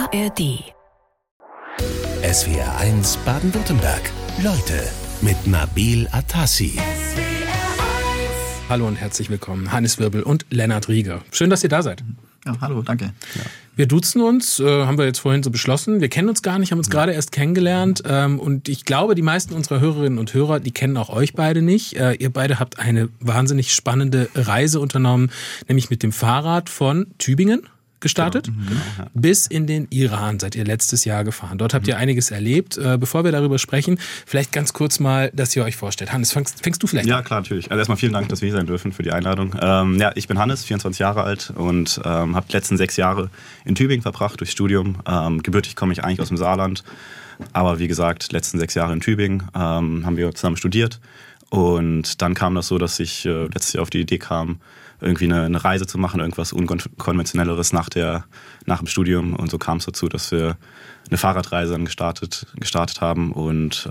ARD. SWR1 Baden-Württemberg. Leute mit Nabil Atassi. Hallo und herzlich willkommen, Hannes Wirbel und Lennart Rieger. Schön, dass ihr da seid. Ja, hallo, danke. Ja. Wir duzen uns, haben wir jetzt vorhin so beschlossen. Wir kennen uns gar nicht, haben uns gerade erst kennengelernt. Und ich glaube, die meisten unserer Hörerinnen und Hörer, die kennen auch euch beide nicht. Ihr beide habt eine wahnsinnig spannende Reise unternommen, nämlich mit dem Fahrrad von Tübingen gestartet, bis in den Iran seid ihr letztes Jahr gefahren. Dort habt ihr einiges erlebt. Bevor wir darüber sprechen, vielleicht ganz kurz mal, dass ihr euch vorstellt. Hannes, fängst du vielleicht an? Ja, klar, natürlich. Also erstmal vielen Dank, dass wir hier sein dürfen für die Einladung. Ich bin Hannes, 24 Jahre alt und habe die letzten 6 Jahre in Tübingen verbracht durchs Studium. Gebürtig komme ich eigentlich aus dem Saarland, aber wie gesagt, letzten 6 Jahre in Tübingen haben wir zusammen studiert. Und dann kam das so, dass ich letztes Jahr auf die Idee kam, irgendwie eine Reise zu machen, irgendwas Unkonventionelleres nach dem Studium. Und so kam es dazu, dass wir eine Fahrradreise dann gestartet haben. Und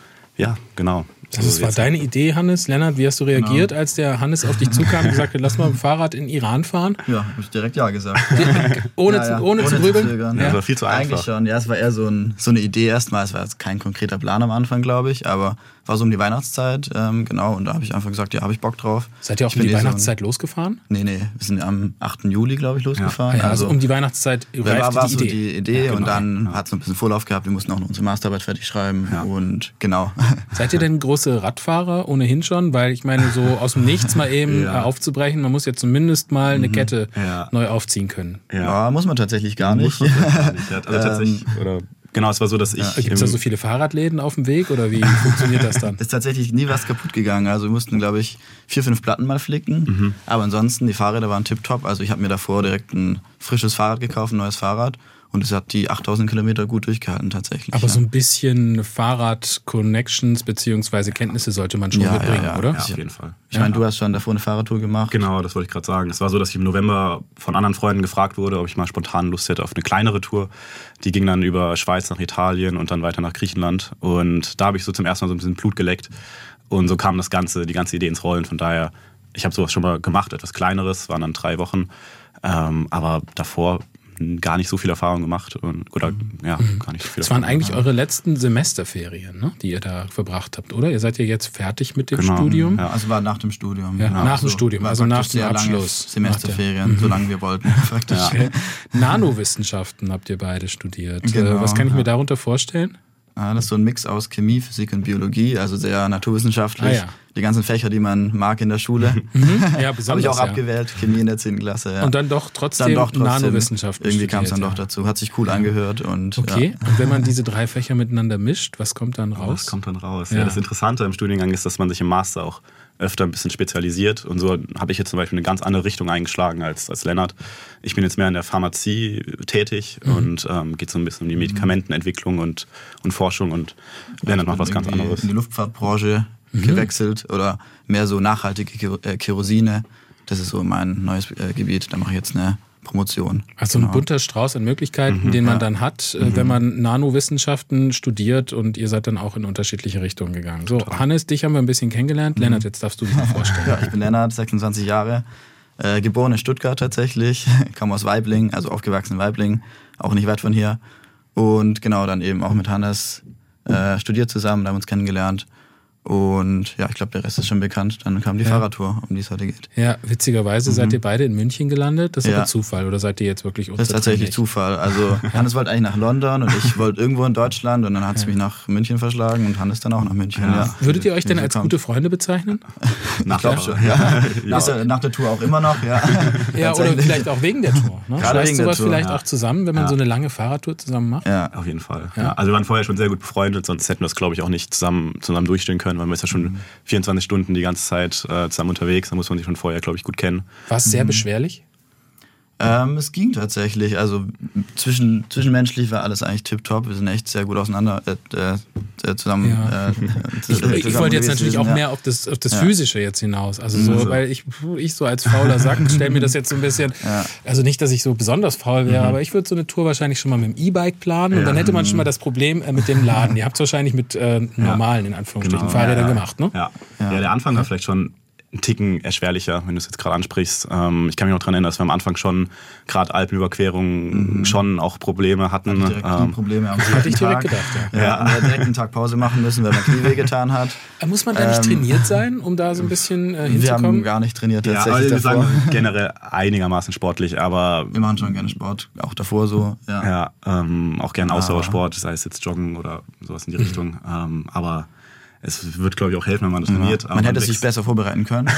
genau. Also es war deine Idee, Hannes. Lennart, wie hast du reagiert, als der Hannes auf dich zukam und gesagt hat, lass mal mit dem Fahrrad in Iran fahren? Ja, habe ich direkt ja gesagt. Ohne zu grübeln? Ja, das war viel zu einfach. Eigentlich schon. Ja, es war eher so eine Idee erstmal. Es war jetzt kein konkreter Plan am Anfang, glaube ich, aber war so um die Weihnachtszeit, genau. Und da habe ich einfach gesagt, ja, habe ich Bock drauf. Seid ihr auch um die Weihnachtszeit losgefahren? Nee, wir sind am 8. Juli, glaube ich, losgefahren. Ja, also um die Weihnachtszeit war die Idee. So die Idee ja, genau. Und dann hat es noch ein bisschen Vorlauf gehabt. Wir mussten auch noch unsere Masterarbeit fertig schreiben und genau. Seid ihr denn große Radfahrer ohnehin schon? Weil ich meine, so aus dem Nichts mal eben aufzubrechen, man muss ja zumindest mal eine Kette neu aufziehen können. Ja, muss man tatsächlich gar nicht. Also tatsächlich, genau, es war so, dass ich... Gibt es da so viele Fahrradläden auf dem Weg oder wie funktioniert das dann? Ist tatsächlich nie was kaputt gegangen. Also wir mussten, glaube ich, 4-5 Platten mal flicken. Aber ansonsten, die Fahrräder waren tipptopp. Also ich habe mir davor direkt ein frisches Fahrrad gekauft, ein neues Fahrrad. Und es hat die 8000 Kilometer gut durchgehalten tatsächlich. Aber so ein bisschen Fahrrad-Connections bzw. Kenntnisse sollte man schon mitbringen, oder? Ja, auf jeden Fall. Ich meine, du hast schon davor eine Fahrradtour gemacht. Genau, das wollte ich gerade sagen. Es war so, dass ich im November von anderen Freunden gefragt wurde, ob ich mal spontan Lust hätte auf eine kleinere Tour. Die ging dann über Schweiz nach Italien und dann weiter nach Griechenland. Und da habe ich so zum ersten Mal so ein bisschen Blut geleckt. Und so kam die ganze Idee ins Rollen. Von daher, ich habe sowas schon mal gemacht, etwas Kleineres, waren dann 3 Wochen. Aber davor gar nicht so viel Erfahrung gemacht gar nicht so viel. Das waren eigentlich eure letzten Semesterferien, ne, die ihr da verbracht habt, oder? Ihr seid ja jetzt fertig mit dem Studium. Ja, also war nach dem Studium. Ja, genau. Nach dem Studium, also nach dem Abschluss. Semesterferien, solange wir wollten. Praktisch. Ja. Nanowissenschaften habt ihr beide studiert. Genau, was kann ich mir darunter vorstellen? Das ist so ein Mix aus Chemie, Physik und Biologie, also sehr naturwissenschaftlich. Die ganzen Fächer, die man mag in der Schule. Ja, besonders. Habe ich auch abgewählt, Chemie in der 10. Klasse. Ja. Und dann doch trotzdem Nanowissenschaften. Irgendwie kam es dann doch dazu, hat sich cool angehört. Und und wenn man diese 3 Fächer miteinander mischt, was kommt dann raus? Was kommt dann raus? Ja, das Interessante im Studiengang ist, dass man sich im Master auch öfter ein bisschen spezialisiert. Und so habe ich jetzt zum Beispiel eine ganz andere Richtung eingeschlagen als Lennart. Ich bin jetzt mehr in der Pharmazie tätig und geht so ein bisschen um die Medikamentenentwicklung und Forschung. Und Lennart macht was ganz anderes. In die Luftfahrtbranche gewechselt oder mehr so nachhaltige Kerosine. Das ist so mein neues Gebiet. Da mache ich jetzt eine Promotion. Also ein bunter Strauß an Möglichkeiten, den man dann hat, wenn man Nanowissenschaften studiert, und ihr seid dann auch in unterschiedliche Richtungen gegangen. So, Hannes, dich haben wir ein bisschen kennengelernt. Lennart, jetzt darfst du dich mal vorstellen. Ja, ich bin Lennart, 26 Jahre, geboren in Stuttgart tatsächlich, komme aus Waiblingen, also aufgewachsen in Waiblingen, auch nicht weit von hier. Und genau, dann eben auch mit Hannes studiert zusammen, da haben wir uns kennengelernt. Und ja, ich glaube, der Rest ist schon bekannt. Dann kam die Fahrradtour, um die es heute geht. Ja, witzigerweise seid ihr beide in München gelandet. Das ist aber Zufall, oder seid ihr jetzt wirklich Das ist tatsächlich Zufall. Also Hannes wollte eigentlich nach London und ich wollte irgendwo in Deutschland, und dann hat es mich nach München verschlagen und Hannes dann auch nach München. Ja. Würdet ihr euch denn als gute Freunde bezeichnen? Ich glaube schon, ja. Nach der Tour auch immer noch, ja. Ja, oder vielleicht auch wegen der Tour. Ne? Gerade wegen der Tour. Vielleicht auch zusammen, wenn man so eine lange Fahrradtour zusammen macht? Ja, auf jeden Fall. Ja. Also wir waren vorher schon sehr gut befreundet, sonst hätten wir das, glaube ich, auch nicht zusammen durchstehen können, weil wir jetzt ja schon 24 Stunden die ganze Zeit zusammen unterwegs, da muss man sich schon vorher, glaube ich, gut kennen. War es sehr beschwerlich? Es ging tatsächlich. Also zwischenmenschlich war alles eigentlich tipptopp. Wir sind echt sehr gut auseinander zusammen. Ja. Ich wollte jetzt natürlich auch mehr auf das Physische jetzt hinaus. Also so, weil ich so als fauler Sack stelle mir das jetzt so ein bisschen. Also nicht, dass ich so besonders faul wäre, aber ich würde so eine Tour wahrscheinlich schon mal mit dem E-Bike planen, und dann hätte man schon mal das Problem mit dem Laden. Ihr habt es wahrscheinlich mit normalen, in Anführungsstrichen, Fahrrädern gemacht, ne? Ja, der Anfang war vielleicht schon ein Ticken erschwerlicher, wenn du es jetzt gerade ansprichst. Ich kann mich noch daran erinnern, dass wir am Anfang schon gerade Alpenüberquerungen schon auch Probleme hatten. Probleme am Hatte ich direkt Tag. gedacht, Ja, haben wir direkt einen Tag Pause machen müssen, weil mein Knie wehgetan hat. Muss man da nicht trainiert sein, um da so ein bisschen hinzukommen? Wir haben gar nicht trainiert Ja, aber tatsächlich wir davor. sagen generell einigermaßen sportlich, aber Wir machen schon gerne Sport, auch davor so. Ja. auch gern Ausdauersport, sei es jetzt Joggen oder sowas in die Richtung. Aber es wird, glaube ich, auch helfen, wenn man das trainiert. Aber Man hätte sich besser vorbereiten können.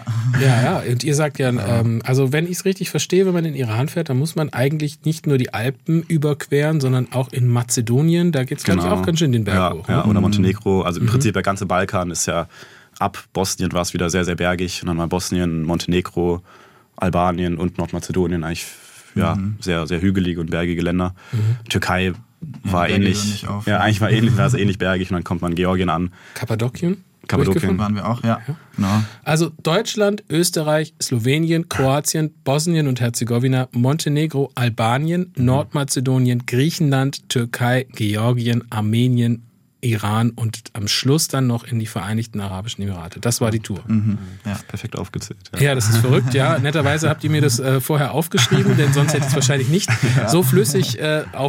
Ja, und ihr sagt ja, also wenn ich es richtig verstehe, wenn man in den Iran fährt, dann muss man eigentlich nicht nur die Alpen überqueren, sondern auch in Mazedonien, da geht es, glaube ich, auch ganz schön den Berg hoch. Ja, oder Montenegro. Also im Prinzip der ganze Balkan ist ja, ab Bosnien war es wieder sehr, sehr bergig. Und dann mal Bosnien, Montenegro, Albanien und Nordmazedonien eigentlich sehr, sehr hügelige und bergige Länder. Türkei war ähnlich. Eigentlich war es ähnlich bergig und dann kommt man Georgien an. Kappadokien Waren wir auch, ja. Genau. Also Deutschland, Österreich, Slowenien, Kroatien, Bosnien und Herzegowina, Montenegro, Albanien, Nordmazedonien, Griechenland, Türkei, Georgien, Armenien, Iran und am Schluss dann noch in die Vereinigten Arabischen Emirate. Das war die Tour. Ja. Perfekt aufgezählt. Ja, das ist verrückt, ja. Netterweise habt ihr mir das vorher aufgeschrieben, denn sonst hätte ich es wahrscheinlich nicht so flüssig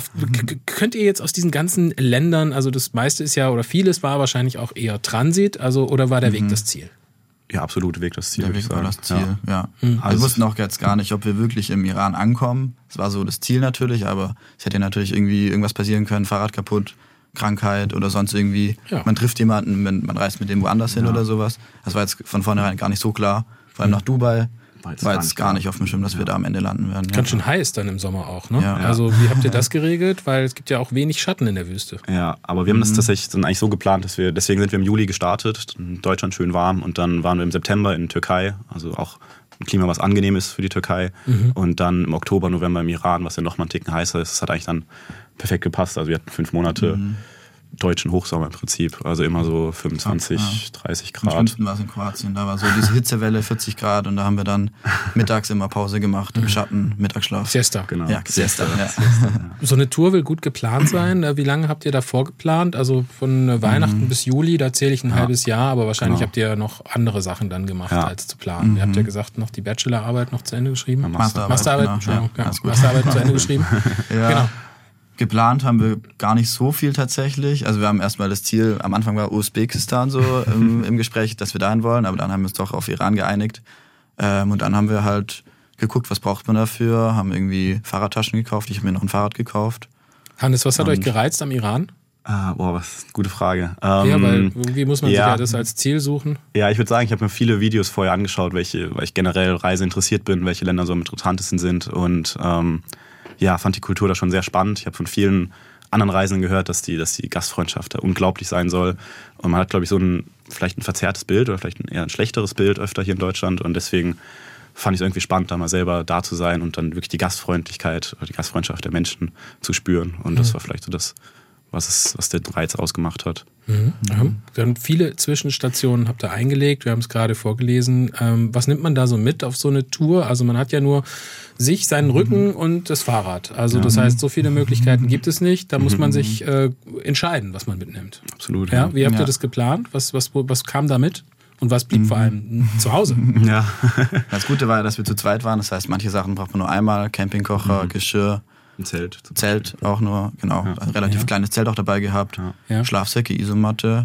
Könnt ihr jetzt aus diesen ganzen Ländern, also das meiste ist ja, oder vieles war wahrscheinlich auch eher Transit, also oder war der Weg das Ziel? Ja, absolut Weg das Ziel. Der Weg war das Ziel, ja. Also wir wussten auch jetzt gar nicht, ob wir wirklich im Iran ankommen. Es war so das Ziel natürlich, aber es hätte natürlich irgendwie irgendwas passieren können, Fahrrad kaputt, Krankheit oder sonst irgendwie. Ja. Man trifft jemanden, man reist mit dem woanders hin oder sowas. Das war jetzt von vornherein gar nicht so klar. Vor allem nach Dubai war jetzt gar nicht auf dem Schirm, dass wir da am Ende landen werden. Ganz schön heiß dann im Sommer auch, ne? Ja. Also wie habt ihr das geregelt? Weil es gibt ja auch wenig Schatten in der Wüste. Ja, aber wir haben das tatsächlich dann eigentlich so geplant, deswegen sind wir im Juli gestartet, in Deutschland schön warm und dann waren wir im September in Türkei, also auch ein Klima, was angenehm ist für die Türkei und dann im Oktober, November im Iran, was ja nochmal einen Ticken heißer ist. Das hat eigentlich dann perfekt gepasst, also wir hatten 5 Monate deutschen Hochsommer im Prinzip, also immer so 25, 30 Am Grad. schlimmsten war es in Kroatien, da war so diese Hitzewelle, 40 Grad und da haben wir dann mittags immer Pause gemacht, im Schatten, Mittagsschlaf. Siesta. Genau. Ja, Siesta. Ja. So eine Tour will gut geplant sein. Wie lange habt ihr da vorgeplant? Also von Weihnachten bis Juli, da zähle ich ein halbes Jahr, aber wahrscheinlich habt ihr noch andere Sachen dann gemacht, als zu planen. Ihr habt ja gesagt, noch die Bachelorarbeit noch zu Ende geschrieben. Masterarbeit, genau. Entschuldigung. Ja, Ja, alles gut. Masterarbeit zu Ende geschrieben. Ja. Genau. Geplant haben wir gar nicht so viel tatsächlich. Also wir haben erstmal das Ziel, am Anfang war Usbekistan so im Gespräch, dass wir dahin wollen, aber dann haben wir uns doch auf Iran geeinigt. Und dann haben wir halt geguckt, was braucht man dafür, haben irgendwie Fahrradtaschen gekauft. Ich habe mir noch ein Fahrrad gekauft. Hannes, was hat euch gereizt am Iran? Was eine gute Frage. Ja, weil irgendwie muss man sich ja das als Ziel suchen. Ja, ich würde sagen, ich habe mir viele Videos vorher angeschaut, weil ich generell reiseinteressiert bin, welche Länder so am interessantesten sind und fand die Kultur da schon sehr spannend. Ich habe von vielen anderen Reisenden gehört, dass die Gastfreundschaft da unglaublich sein soll. Und man hat, glaube ich, vielleicht ein verzerrtes Bild oder vielleicht eher ein schlechteres Bild öfter hier in Deutschland. Und deswegen fand ich es irgendwie spannend, da mal selber da zu sein und dann wirklich die Gastfreundlichkeit oder die Gastfreundschaft der Menschen zu spüren. Und das war vielleicht so das, was den Reiz ausgemacht hat. Dann viele Zwischenstationen habt ihr eingelegt, wir haben es gerade vorgelesen. Was nimmt man da so mit auf so eine Tour? Also man hat ja nur sich, seinen Rücken und das Fahrrad. Also das heißt, so viele Möglichkeiten gibt es nicht. Da muss man sich entscheiden, was man mitnimmt. Absolut. Ja? Wie habt ihr das geplant? Was kam da mit? Und was blieb vor allem zu Hause? Ja. Das Gute war ja, dass wir zu zweit waren. Das heißt, manche Sachen braucht man nur einmal. Campingkocher, Geschirr. Ein Zelt. Zelt auch nur, genau. Ein relativ kleines Zelt auch dabei gehabt. Ja. Schlafsäcke, Isomatte,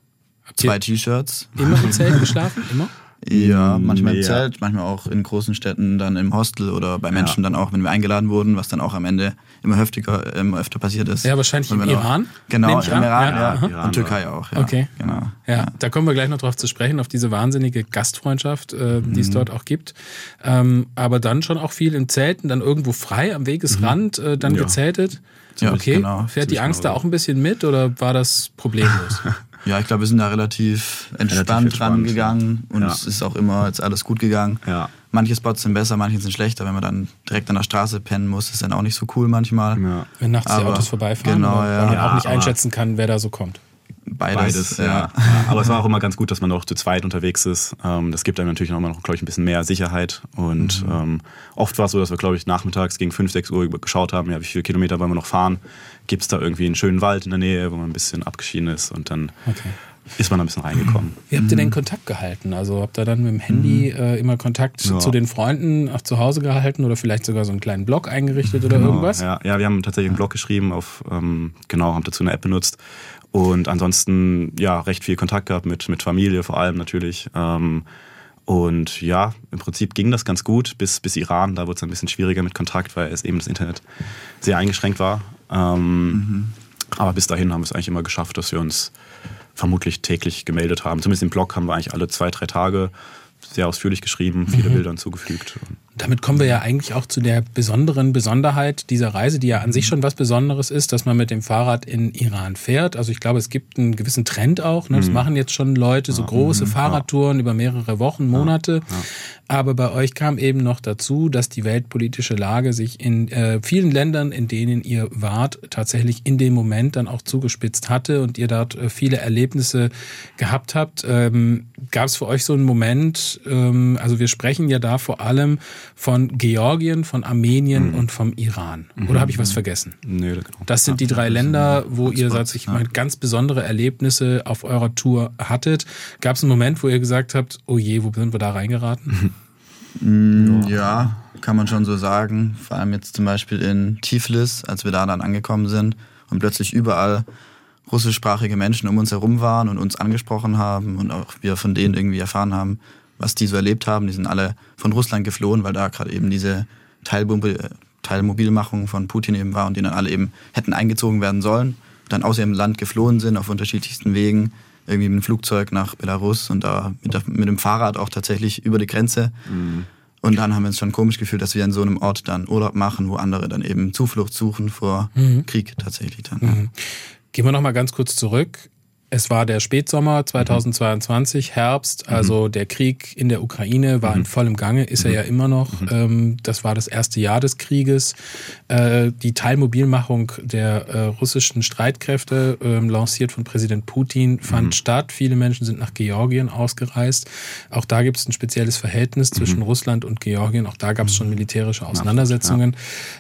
2 T-Shirts. Immer im Zelt geschlafen? Immer? Ja, manchmal im Mehr. Zelt, manchmal auch in großen Städten, dann im Hostel oder bei Menschen dann auch, wenn wir eingeladen wurden, was dann auch am Ende immer öfter passiert ist. Ja, wahrscheinlich im Und wenn auch- Iran? Genau, Nehme im ich an. Iran, Ja, ja. aha. Und Türkei auch, ja. Okay. Genau. Ja, da kommen wir gleich noch drauf zu sprechen, auf diese wahnsinnige Gastfreundschaft, die es dort auch gibt. Aber dann schon auch viel in Zelten, dann irgendwo frei am Wegesrand, dann gezeltet. Ja, Okay, genau. fährt die Angst da auch ein bisschen mit oder war das problemlos? Ja, ich glaube, wir sind da relativ entspannt dran gegangen und Ja. es ist auch immer jetzt alles gut gegangen. Ja. Manche Spots sind besser, manche sind schlechter. Wenn man dann direkt an der Straße pennen muss, ist dann auch nicht so cool manchmal. Ja. Wenn nachts die Aber- Autos vorbeifahren, genau, oder ja. weil man Ja, auch nicht aber- einschätzen kann, wer da so kommt. Beides, Ja. Aber es war auch immer ganz gut, dass man auch zu zweit unterwegs ist. Das gibt einem natürlich auch immer noch, glaube ich, ein bisschen mehr Sicherheit. Und oft war es so, dass wir, glaube ich, nachmittags gegen 5, 6 Uhr geschaut haben, ja, wie viele Kilometer wollen wir noch fahren? Gibt es da irgendwie einen schönen Wald in der Nähe, wo man ein bisschen abgeschieden ist? Und dann ist man ein bisschen reingekommen. Wie habt ihr denn Kontakt gehalten? Also habt ihr dann mit dem Handy immer Kontakt zu den Freunden auch zu Hause gehalten oder vielleicht sogar so einen kleinen Blog eingerichtet oder irgendwas? Ja, wir haben tatsächlich einen Blog geschrieben, haben dazu eine App benutzt und ansonsten recht viel Kontakt gehabt mit Familie vor allem natürlich. Und ja, im Prinzip ging das ganz gut bis Iran. Da wurde es ein bisschen schwieriger mit Kontakt, weil es eben das Internet sehr eingeschränkt war. Aber bis dahin haben wir es eigentlich immer geschafft, dass wir uns vermutlich täglich gemeldet haben. Zumindest im Blog haben wir eigentlich alle 2-3 Tage sehr ausführlich geschrieben, viele Bilder hinzugefügt. Damit kommen wir ja eigentlich auch zu der Besonderheit dieser Reise, die ja an sich schon was Besonderes ist, dass man mit dem Fahrrad in Iran fährt. Also ich glaube, es gibt einen gewissen Trend auch. Ne? Das machen jetzt schon Leute, so große Fahrradtouren über mehrere Wochen, Monate. Aber bei euch kam eben noch dazu, dass die weltpolitische Lage sich in vielen Ländern, in denen ihr wart, tatsächlich in dem Moment dann auch zugespitzt hatte und ihr dort viele Erlebnisse gehabt habt. Gab es für euch so einen Moment, also wir sprechen ja da vor allem von Georgien, von Armenien und vom Iran. Oder habe ich was vergessen? Nee, genau. Das sind die 3 Länder, wo ihr, sag ich mal, ganz besondere Erlebnisse auf eurer Tour hattet. Gab es einen Moment, wo ihr gesagt habt, oh je, wo sind wir da reingeraten? Ja, kann man schon so sagen. Vor allem jetzt zum Beispiel in Tiflis, als wir da dann angekommen sind und plötzlich überall russischsprachige Menschen um uns herum waren und uns angesprochen haben und auch wir von denen irgendwie erfahren haben, was die so erlebt haben. Die sind alle von Russland geflohen, weil da gerade eben diese Teilmobilmachung von Putin eben war und die dann alle eben hätten eingezogen werden sollen, dann aus ihrem Land geflohen sind auf unterschiedlichsten Wegen, irgendwie mit dem Flugzeug nach Belarus und da mit dem Fahrrad auch tatsächlich über die Grenze. Und dann haben wir uns schon komisch gefühlt, dass wir an so einem Ort dann Urlaub machen, wo andere dann eben Zuflucht suchen vor Krieg tatsächlich dann. Gehen wir noch mal ganz kurz zurück. Es war der Spätsommer 2022, Herbst, also der Krieg in der Ukraine war in vollem Gange, ist er ja immer noch. Das war das erste Jahr des Krieges. Die Teilmobilmachung der russischen Streitkräfte, lanciert von Präsident Putin, fand statt. Viele Menschen sind nach Georgien ausgereist. Auch da gibt es ein spezielles Verhältnis zwischen Russland und Georgien. Auch da gab es schon militärische Auseinandersetzungen.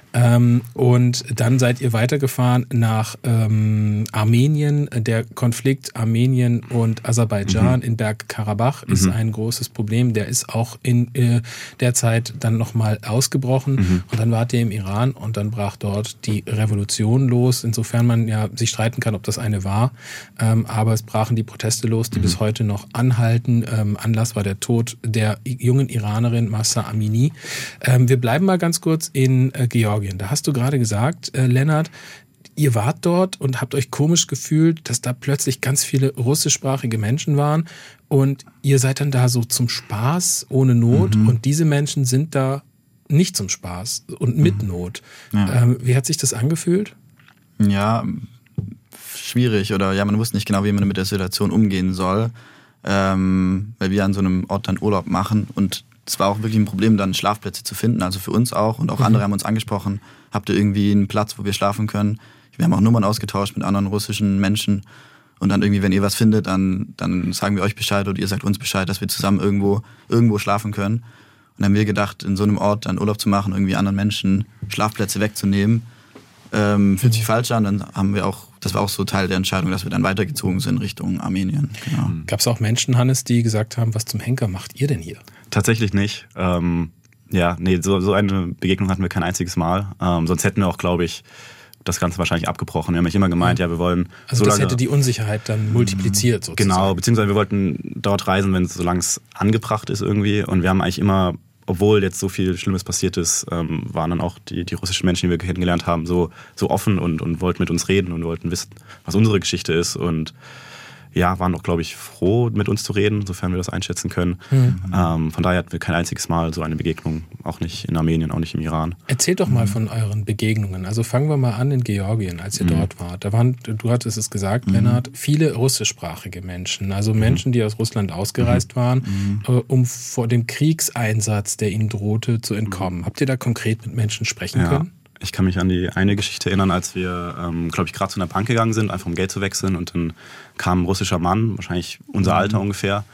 Und dann seid ihr weitergefahren nach Armenien. Der Konflikt Armenien und Aserbaidschan in Bergkarabach ist ein großes Problem. Der ist auch in der Zeit dann nochmal ausgebrochen. Und dann wart ihr im Iran und dann brach dort die Revolution los. Insofern man ja sich streiten kann, ob das eine war. Aber es brachen die Proteste los, die bis heute noch anhalten. Anlass war der Tod der jungen Iranerin Mahsa Amini. Wir bleiben mal ganz kurz in Georgien. Da hast du gerade gesagt, Lennart, ihr wart dort und habt euch komisch gefühlt, dass da plötzlich ganz viele russischsprachige Menschen waren und ihr seid dann da so zum Spaß, ohne Not und diese Menschen sind da nicht zum Spaß und mit Not. Ja. Wie hat sich das angefühlt? Ja, schwierig oder ja, man wusste nicht genau, wie man mit der Situation umgehen soll, weil wir an so einem Ort dann Urlaub machen und es war auch wirklich ein Problem, dann Schlafplätze zu finden, also für uns auch und auch andere haben uns angesprochen, habt ihr irgendwie einen Platz, wo wir schlafen können? Wir haben auch Nummern ausgetauscht mit anderen russischen Menschen und dann irgendwie, wenn ihr was findet, dann sagen wir euch Bescheid oder ihr sagt uns Bescheid, dass wir zusammen irgendwo schlafen können. Und dann haben wir gedacht, in so einem Ort dann Urlaub zu machen, irgendwie anderen Menschen Schlafplätze wegzunehmen, fühlt sich falsch an. Dann haben wir auch, das war auch so Teil der Entscheidung, dass wir dann weitergezogen sind Richtung Armenien. Genau. Gab es auch Menschen, Hannes, die gesagt haben, was zum Henker macht ihr denn hier? Tatsächlich nicht. So eine Begegnung hatten wir kein einziges Mal. Sonst hätten wir auch, glaube ich, das Ganze wahrscheinlich abgebrochen. Wir haben nicht immer gemeint, wir wollen also so das hätte die Unsicherheit dann multipliziert sozusagen. Genau, beziehungsweise wir wollten dort reisen, solange es angebracht ist irgendwie. Und wir haben eigentlich immer, obwohl jetzt so viel Schlimmes passiert ist, waren dann auch die russischen Menschen, die wir kennengelernt haben, so offen und wollten mit uns reden und wollten wissen, was unsere Geschichte ist. Und ja, waren auch, glaube ich, froh, mit uns zu reden, sofern wir das einschätzen können. Von daher hatten wir kein einziges Mal so eine Begegnung, auch nicht in Armenien, auch nicht im Iran. Erzählt doch mal von euren Begegnungen. Also fangen wir mal an in Georgien, als ihr dort wart. Da waren, du hattest es gesagt, Lennart, viele russischsprachige Menschen, also Menschen, die aus Russland ausgereist waren, um vor dem Kriegseinsatz, der ihnen drohte, zu entkommen. Habt ihr da konkret mit Menschen sprechen können? Ich kann mich an die eine Geschichte erinnern, als wir, glaube ich, gerade zu einer Bank gegangen sind, einfach um Geld zu wechseln. Und dann kam ein russischer Mann, wahrscheinlich unser Alter ungefähr,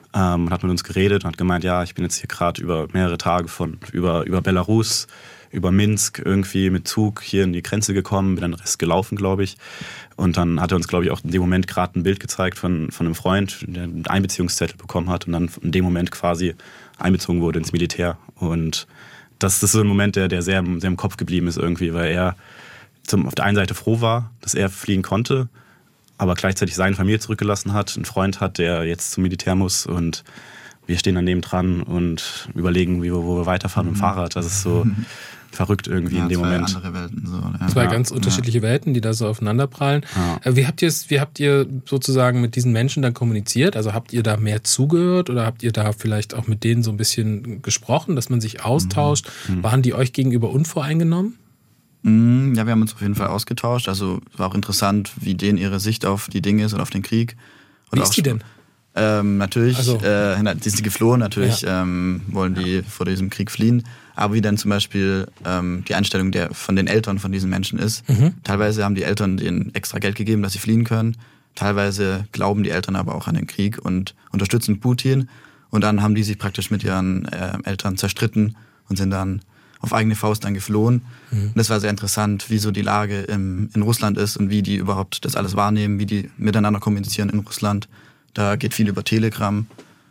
und hat mit uns geredet und hat gemeint, ja, ich bin jetzt hier gerade über mehrere Tage über Belarus, über Minsk irgendwie mit Zug hier in die Grenze gekommen, bin dann den Rest gelaufen, glaube ich. Und dann hat er uns, glaube ich, auch in dem Moment gerade ein Bild gezeigt von einem Freund, der einen Einbeziehungszettel bekommen hat und dann in dem Moment quasi einbezogen wurde ins Militär. Und das ist so ein Moment, der sehr im Kopf geblieben ist irgendwie, weil er auf der einen Seite froh war, dass er fliehen konnte, aber gleichzeitig seine Familie zurückgelassen hat, einen Freund hat, der jetzt zum Militär muss und wir stehen daneben dran und überlegen, wo wir weiterfahren mit dem Fahrrad. Das ist so verrückt irgendwie in dem Moment. Andere Welten, so, ja. Zwei ganz unterschiedliche Welten, die da so aufeinanderprallen. Ja. Wie habt ihr sozusagen mit diesen Menschen dann kommuniziert? Also habt ihr da mehr zugehört oder habt ihr da vielleicht auch mit denen so ein bisschen gesprochen, dass man sich austauscht? Waren die euch gegenüber unvoreingenommen? Ja, wir haben uns auf jeden Fall ausgetauscht. Also es war auch interessant, wie denen ihre Sicht auf die Dinge ist und auf den Krieg. Wie ist die denn? Natürlich, die sind geflohen, natürlich wollen die vor diesem Krieg fliehen. Aber wie dann zum Beispiel die Einstellung von den Eltern von diesen Menschen ist. Teilweise haben die Eltern denen extra Geld gegeben, dass sie fliehen können. Teilweise glauben die Eltern aber auch an den Krieg und unterstützen Putin. Und dann haben die sich praktisch mit ihren Eltern zerstritten und sind dann auf eigene Faust dann geflohen. Und das war sehr interessant, wie so die Lage in Russland ist und wie die überhaupt das alles wahrnehmen, wie die miteinander kommunizieren in Russland. Da geht viel über Telegram.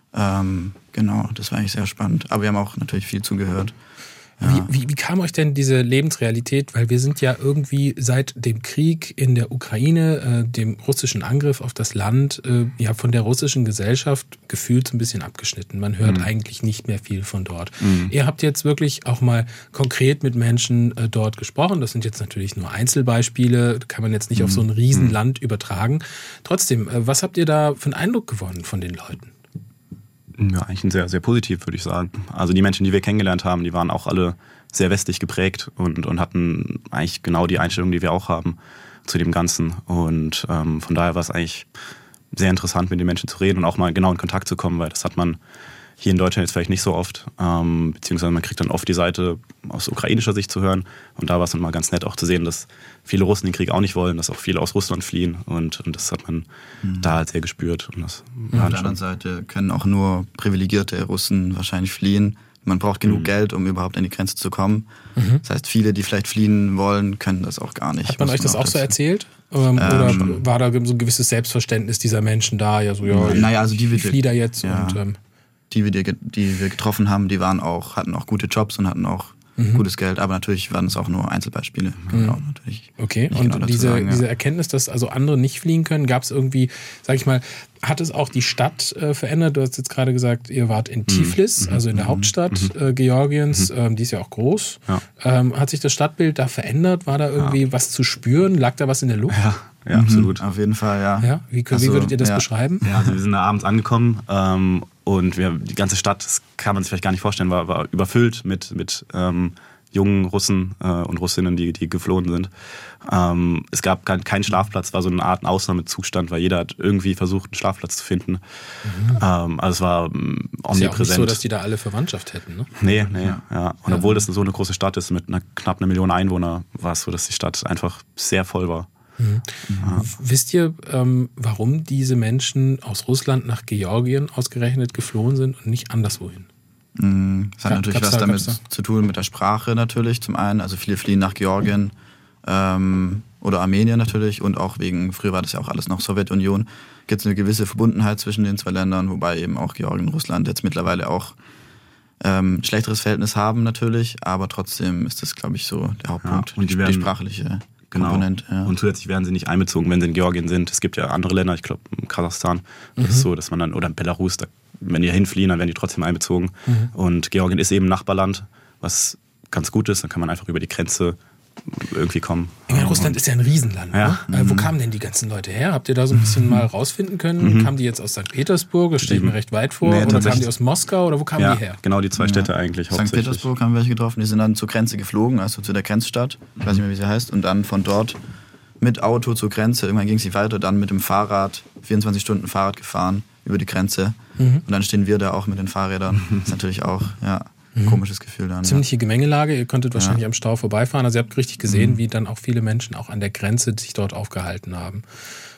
Genau, das war eigentlich sehr spannend. Aber wir haben auch natürlich viel zugehört. Ja. Wie kam euch denn diese Lebensrealität? Weil wir sind ja irgendwie seit dem Krieg in der Ukraine, dem russischen Angriff auf das Land, von der russischen Gesellschaft gefühlt so ein bisschen abgeschnitten. Man hört eigentlich nicht mehr viel von dort. Ihr habt jetzt wirklich auch mal konkret mit Menschen dort gesprochen. Das sind jetzt natürlich nur Einzelbeispiele, kann man jetzt nicht auf so ein Riesenland übertragen. Trotzdem, was habt ihr da für einen Eindruck gewonnen von den Leuten? Ja, eigentlich ein sehr, sehr positiv, würde ich sagen. Also die Menschen, die wir kennengelernt haben, die waren auch alle sehr westlich geprägt und hatten eigentlich genau die Einstellung, die wir auch haben zu dem Ganzen. Und von daher war es eigentlich sehr interessant, mit den Menschen zu reden und auch mal genau in Kontakt zu kommen, weil das hat man hier in Deutschland jetzt vielleicht nicht so oft, beziehungsweise man kriegt dann oft die Seite aus ukrainischer Sicht zu hören. Und da war es dann mal ganz nett auch zu sehen, dass viele Russen den Krieg auch nicht wollen, dass auch viele aus Russland fliehen. Und das hat man da halt sehr gespürt. Und das auf der anderen Seite können auch nur privilegierte Russen wahrscheinlich fliehen. Man braucht genug Geld, um überhaupt an die Grenze zu kommen. Das heißt, viele, die vielleicht fliehen wollen, können das auch gar nicht. Hat man euch das auch so erzählt? Oder war da so ein gewisses Selbstverständnis dieser Menschen da? Ja, so, also ich fliehe da jetzt ja. und... Die wir getroffen haben, die hatten auch gute Jobs und hatten auch gutes Geld, aber natürlich waren es auch nur Einzelbeispiele. Genau, natürlich. Okay, und genau diese Erkenntnis, dass also andere nicht fliehen können, gab es irgendwie, sag ich mal, hat es auch die Stadt verändert? Du hast jetzt gerade gesagt, ihr wart in Tiflis, also in der Hauptstadt Georgiens, die ist ja auch groß. Ja. Hat sich das Stadtbild da verändert? War da irgendwie was zu spüren? Lag da was in der Luft? Ja, absolut. Auf jeden Fall, ja. Wie würdet ihr das beschreiben? Ja, also wir sind da abends angekommen und die ganze Stadt, das kann man sich vielleicht gar nicht vorstellen, war überfüllt mit jungen Russen und Russinnen, die geflohen sind. Es gab keinen Schlafplatz, war so eine Art Ausnahmezustand, weil jeder hat irgendwie versucht, einen Schlafplatz zu finden. Also es war omnipräsent. Ist ja auch nicht so, dass die da alle Verwandtschaft hätten, ne? Nee. Und obwohl das so eine große Stadt ist, mit knapp 1 Million Einwohnern, war es so, dass die Stadt einfach sehr voll war. Wisst ihr, warum diese Menschen aus Russland nach Georgien ausgerechnet geflohen sind und nicht anderswohin? Das hat natürlich was damit zu tun mit der Sprache natürlich zum einen. Also viele fliehen nach Georgien oder Armenien natürlich und auch früher war das ja auch alles noch Sowjetunion, gibt es eine gewisse Verbundenheit zwischen den zwei Ländern, wobei eben auch Georgien und Russland jetzt mittlerweile auch ein schlechteres Verhältnis haben natürlich, aber trotzdem ist das, glaube ich, so der Hauptpunkt, und die sprachliche Komponente. Ja. Und zusätzlich werden sie nicht einbezogen, wenn sie in Georgien sind. Es gibt ja andere Länder, ich glaube Kasachstan, das ist so, dass man dann, oder Belarus, wenn die hinfliehen, dann werden die trotzdem einbezogen. Und Georgien ist eben ein Nachbarland, was ganz gut ist, dann kann man einfach über die Grenze irgendwie kommen. Russland ist ja ein Riesenland. Ja. Ne? Wo kamen denn die ganzen Leute her? Habt ihr da so ein bisschen mal rausfinden können? Kamen die jetzt aus St. Petersburg? Das stelle ich mir recht weit vor. Nee, oder kamen die aus Moskau? Oder wo kamen die her? Genau, die zwei Städte eigentlich hauptsächlich. St. Petersburg haben wir welche getroffen. Die sind dann zur Grenze geflogen, also zu der Grenzstadt. Ich weiß nicht mehr, wie sie heißt. Und dann von dort mit Auto zur Grenze. Irgendwann ging sie weiter. Dann mit dem Fahrrad, 24 Stunden Fahrrad gefahren über die Grenze. Und dann stehen wir da auch mit den Fahrrädern. Das ist natürlich auch, komisches Gefühl dann. Ziemliche Gemengelage. Ihr konntet wahrscheinlich am Stau vorbeifahren. Also ihr habt richtig gesehen, wie dann auch viele Menschen auch an der Grenze sich dort aufgehalten haben.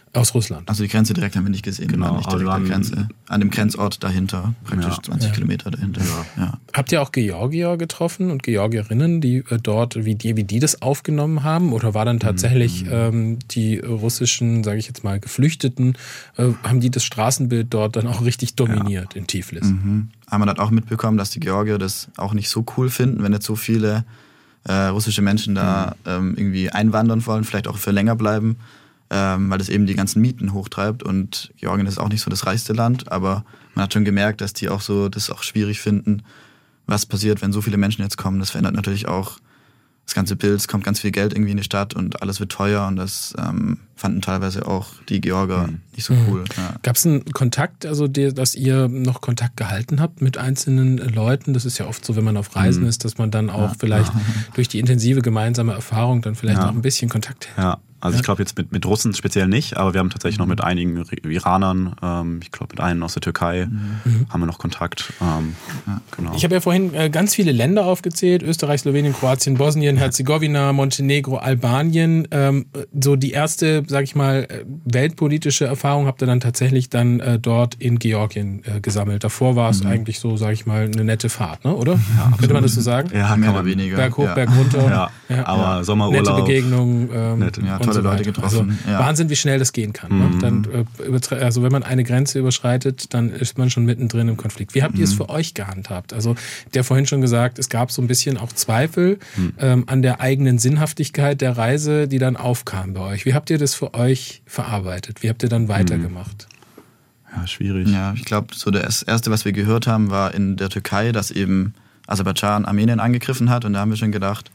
Aus Russland. Also die Grenze direkt haben wir nicht gesehen, Genau, nicht direkt an der Grenze. An dem Grenzort dahinter, praktisch 20 Kilometer dahinter. Ja. Habt ihr auch Georgier getroffen und Georgierinnen, die dort, wie die das aufgenommen haben? Oder war dann tatsächlich die russischen, sage ich jetzt mal, Geflüchteten, haben die das Straßenbild dort dann auch richtig dominiert in Tiflis? Man hat auch mitbekommen, dass die Georgier das auch nicht so cool finden, wenn jetzt so viele russische Menschen da irgendwie einwandern wollen, vielleicht auch für länger bleiben. Weil das eben die ganzen Mieten hochtreibt und Georgien ist auch nicht so das reichste Land, aber man hat schon gemerkt, dass die auch so das auch schwierig finden, was passiert, wenn so viele Menschen jetzt kommen. Das verändert natürlich auch das ganze Bild, es kommt ganz viel Geld irgendwie in die Stadt und alles wird teuer und das fanden teilweise auch die Georgier nicht so cool. Ja. Gab es einen Kontakt, also dass ihr noch Kontakt gehalten habt mit einzelnen Leuten? Das ist ja oft so, wenn man auf Reisen ist, dass man dann auch vielleicht durch die intensive gemeinsame Erfahrung dann vielleicht auch ein bisschen Kontakt hält. Ja. Also ich glaube jetzt mit Russen speziell nicht, aber wir haben tatsächlich noch mit einigen Iranern, ich glaube mit einem aus der Türkei haben wir noch Kontakt. Genau. Ich habe ja vorhin ganz viele Länder aufgezählt, Österreich, Slowenien, Kroatien, Bosnien, Herzegowina, Montenegro, Albanien. So die erste, sag ich mal, weltpolitische Erfahrung habt ihr dann tatsächlich dann dort in Georgien gesammelt. Davor war es eigentlich so, sag ich mal, eine nette Fahrt, ne? Oder? Ja, könnte man das so sagen? Ja, mehr oder weniger. Berg hoch, Berg runter. Aber Sommerurlaub. Nette Begegnungen. Tolle Leute getroffen. Also Wahnsinn, wie schnell das gehen kann. Ne? Dann, also wenn man eine Grenze überschreitet, dann ist man schon mittendrin im Konflikt. Wie habt ihr es für euch gehandhabt? Also der vorhin schon gesagt, es gab so ein bisschen auch Zweifel an der eigenen Sinnhaftigkeit der Reise, die dann aufkam bei euch. Wie habt ihr das für euch verarbeitet? Wie habt ihr dann weitergemacht? Ja, schwierig. Ja, ich glaube, so das Erste, was wir gehört haben, war in der Türkei, dass eben Aserbaidschan Armenien angegriffen hat und da haben wir schon gedacht,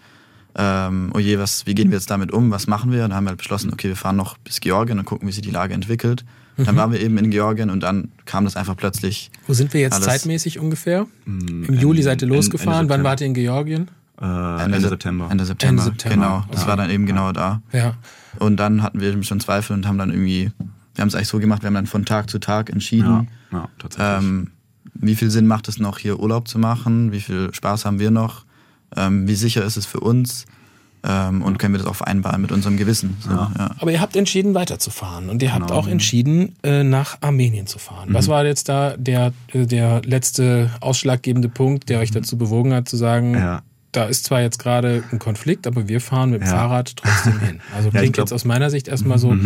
oh je, wie gehen wir jetzt damit um, was machen wir? Und dann haben wir halt beschlossen, okay, wir fahren noch bis Georgien und gucken, wie sich die Lage entwickelt. Dann waren wir eben in Georgien und dann kam das einfach plötzlich. Wo sind wir jetzt zeitmäßig ungefähr? Im Juli seid ihr losgefahren, wann wart ihr in Georgien? Ende September. Ende September, genau. Das war dann eben genau da. Ja. Und dann hatten wir schon Zweifel und haben dann irgendwie, wir haben es eigentlich so gemacht, wir haben dann von Tag zu Tag entschieden, tatsächlich. Wie viel Sinn macht es noch, hier Urlaub zu machen, wie viel Spaß haben wir noch, wie sicher ist es für uns und können wir das auch vereinbaren mit unserem Gewissen. So, Aber ihr habt entschieden, weiterzufahren und ihr habt auch entschieden, nach Armenien zu fahren. Was war jetzt da der letzte ausschlaggebende Punkt, der euch dazu bewogen hat, zu sagen, da ist zwar jetzt gerade ein Konflikt, aber wir fahren mit dem Fahrrad trotzdem hin. Also klingt jetzt aus meiner Sicht erstmal so,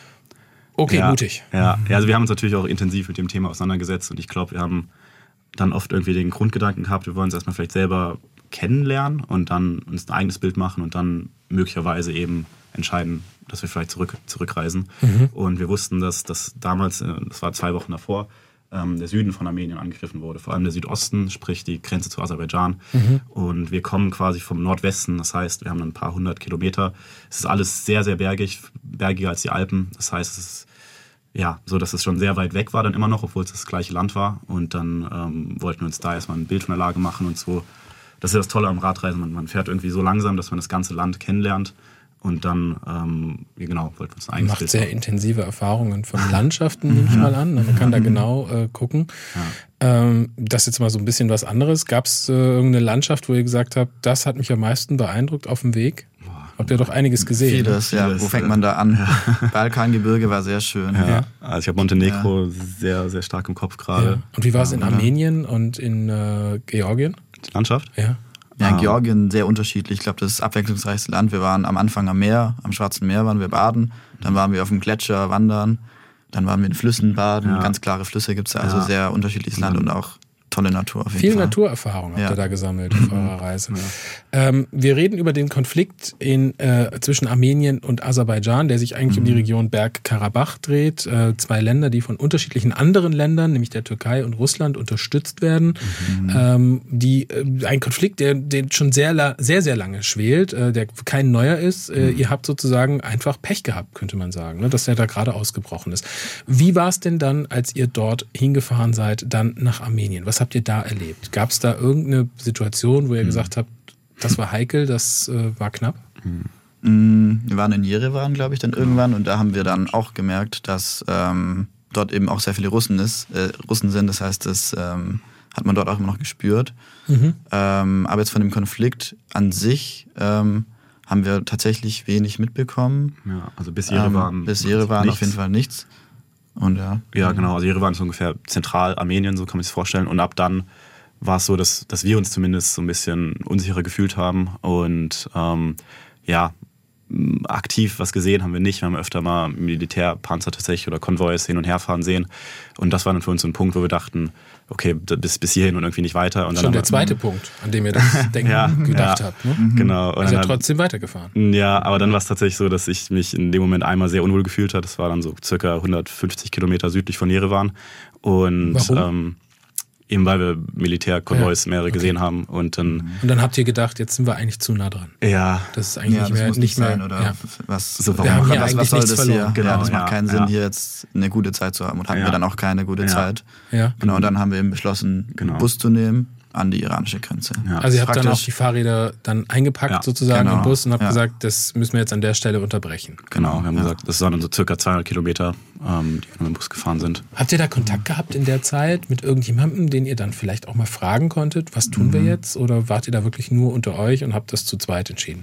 okay, mutig. Ja, also wir haben uns natürlich auch intensiv mit dem Thema auseinandergesetzt und ich glaube, wir haben dann oft irgendwie den Grundgedanken gehabt, wir wollen es erstmal vielleicht selber kennenlernen und dann uns ein eigenes Bild machen und dann möglicherweise eben entscheiden, dass wir vielleicht zurückreisen. Und wir wussten, dass damals, das war 2 Wochen davor, der Süden von Armenien angegriffen wurde, vor allem der Südosten, sprich die Grenze zu Aserbaidschan. Und wir kommen quasi vom Nordwesten, das heißt, wir haben ein paar 100 Kilometer. Es ist alles sehr, sehr bergiger als die Alpen. Das heißt, es ist so, dass es schon sehr weit weg war dann immer noch, obwohl es das gleiche Land war. Und dann wollten wir uns da erstmal ein Bild von der Lage machen und so. Das ist das Tolle am Radreisen. Man fährt irgendwie so langsam, dass man das ganze Land kennenlernt. Und dann, wollten wir uns ein eigenes Bild macht sehr intensive Erfahrungen von Landschaften, nehme ich mal an. Man kann da genau gucken. Das ist jetzt mal so ein bisschen was anderes. Gab es irgendeine Landschaft, wo ihr gesagt habt, das hat mich am meisten beeindruckt auf dem Weg? Habt ihr doch einiges gesehen. Vieles, ja. Wo fängt man da an? Balkangebirge war sehr schön. Ja. Also ich habe Montenegro sehr, sehr stark im Kopf gerade. Ja. Und wie war es in Armenien und in Georgien? Die Landschaft? Ja. Ja, in Georgien sehr unterschiedlich. Ich glaube, das ist das abwechslungsreichste Land. Wir waren am Anfang am Meer, am Schwarzen Meer waren wir baden. Dann waren wir auf dem Gletscher wandern. Dann waren wir in Flüssen baden. Ganz klare Flüsse gibt es da. Also sehr unterschiedliches Land und auch tolle Natur auf jeden Fall. Viel Naturerfahrung habt ihr da gesammelt auf eurer Reise. Wir reden über den Konflikt zwischen Armenien und Aserbaidschan, der sich eigentlich um die Region Bergkarabach dreht. 2 Länder, die von unterschiedlichen anderen Ländern, nämlich der Türkei und Russland, unterstützt werden. Ein Konflikt, der schon sehr, sehr lange schwelt, der kein neuer ist. Ihr habt sozusagen einfach Pech gehabt, könnte man sagen, ne, dass der da gerade ausgebrochen ist. Wie war es denn dann, als ihr dort hingefahren seid, dann nach Armenien? Was habt ihr da erlebt? Gab es da irgendeine Situation, wo ihr gesagt habt, das war heikel, das war knapp? Wir waren in Jerewan, glaube ich, dann irgendwann und da haben wir dann auch gemerkt, dass dort eben auch sehr viele Russen sind. Das heißt, das hat man dort auch immer noch gespürt. Aber jetzt von dem Konflikt an sich haben wir tatsächlich wenig mitbekommen. Ja, also bis Jerewan. Bis Jerewan auf jeden Fall nichts. Und ja, genau. Also Jerewan ist ungefähr zentral Armenien, so kann man sich das vorstellen. Und ab dann war es so, dass wir uns zumindest so ein bisschen unsicherer gefühlt haben. Und aktiv was gesehen haben wir nicht. Wir haben öfter mal Militärpanzer tatsächlich oder Konvois hin und her fahren sehen. Und das war dann für uns so ein Punkt, wo wir dachten, okay, bis hierhin und irgendwie nicht weiter. Und schon der zweite Punkt, an dem ihr das gedacht habt. Ne? Genau. Und also trotzdem weitergefahren. Ja, aber dann war es tatsächlich so, dass ich mich in dem Moment einmal sehr unwohl gefühlt habe. Das war dann so circa 150 Kilometer südlich von Jerewan. Und warum? Eben weil wir Militärkonvois mehrere gesehen haben. Und dann habt ihr gedacht, jetzt sind wir eigentlich zu nah dran. Ja. Das ist eigentlich nicht mehr. Oder was soll das das hier? Genau, das macht keinen Sinn, hier jetzt eine gute Zeit zu haben. Und hatten wir dann auch keine gute Zeit. Ja. Genau, und dann haben wir eben beschlossen, einen Bus zu nehmen an die iranische Grenze. Ja. Also ihr habt dann auch die Fahrräder dann eingepackt sozusagen im Bus und habt gesagt, das müssen wir jetzt an der Stelle unterbrechen. Genau, wir haben gesagt, das waren dann so circa 200 Kilometer, die wir mit dem Bus gefahren sind. Habt ihr da Kontakt gehabt in der Zeit mit irgendjemandem, den ihr dann vielleicht auch mal fragen konntet, was tun wir jetzt? Oder wart ihr da wirklich nur unter euch und habt das zu zweit entschieden?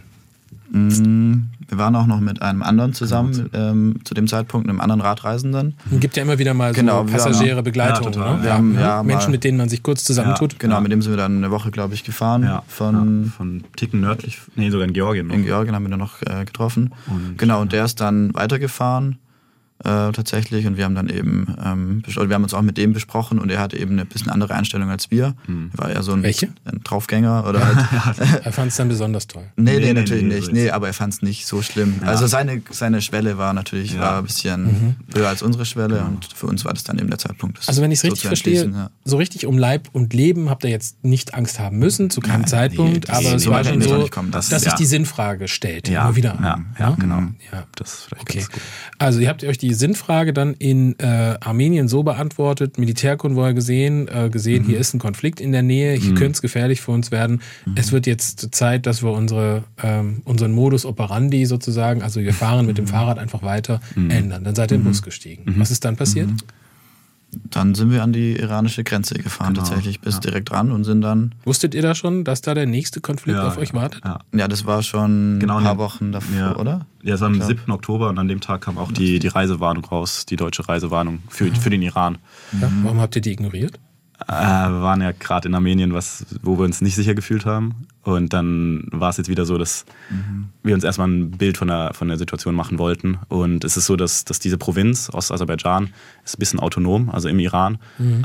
Wir waren auch noch mit einem anderen zusammen, zu dem Zeitpunkt, einem anderen Radreisenden. Es gibt ja immer wieder mal so Passagiere, Begleitung. Ja, ne? Wir haben Menschen, mit denen man sich kurz zusammentut. Genau, mit dem sind wir dann eine Woche, glaube ich, gefahren. Ja, von Ticken nördlich, sogar in Georgien. In Georgien haben wir dann noch getroffen. Und der ist dann weitergefahren. Tatsächlich, und wir haben dann eben wir haben uns auch mit dem besprochen und er hatte eben eine bisschen andere Einstellung als wir. Er war ja so ein Draufgänger oder halt. Er fand es dann besonders toll. Nee, natürlich nicht. Nee, aber er fand es nicht so schlimm. Ja. Also seine Schwelle war natürlich ein bisschen höher als unsere Schwelle und für uns war das dann eben der Zeitpunkt. Also wenn ich es richtig verstehe, so richtig um Leib und Leben habt ihr jetzt nicht Angst haben müssen, zu keinem Zeitpunkt, aber es war schon so, dass sich die Sinnfrage stellt. Immer wieder. Ja, genau. Ja. Das ist vielleicht ganz gut. Also ihr habt euch die Sinnfrage dann in Armenien so beantwortet, Militärkonvoi gesehen, hier ist ein Konflikt in der Nähe, hier könnte es gefährlich für uns werden. Es wird jetzt Zeit, dass wir unseren Modus operandi sozusagen, also wir fahren mit dem Fahrrad einfach weiter, ändern. Dann seid ihr in den Bus gestiegen. Was ist dann passiert? Dann sind wir an die iranische Grenze gefahren, tatsächlich bis direkt ran und sind dann... Wusstet ihr da schon, dass da der nächste Konflikt auf euch wartet? Ja, das war schon ein paar Wochen davor, oder? Ja, es war am 7. Oktober und an dem Tag kam auch die Reisewarnung raus, die deutsche Reisewarnung für den Iran. Ja, warum habt ihr die ignoriert? Wir waren ja gerade in Armenien, wo wir uns nicht sicher gefühlt haben. Und dann war es jetzt wieder so, dass wir uns erstmal ein Bild von der Situation machen wollten. Und es ist so, dass diese Provinz Ostaserbaidschan ist ein bisschen autonom, also im Iran.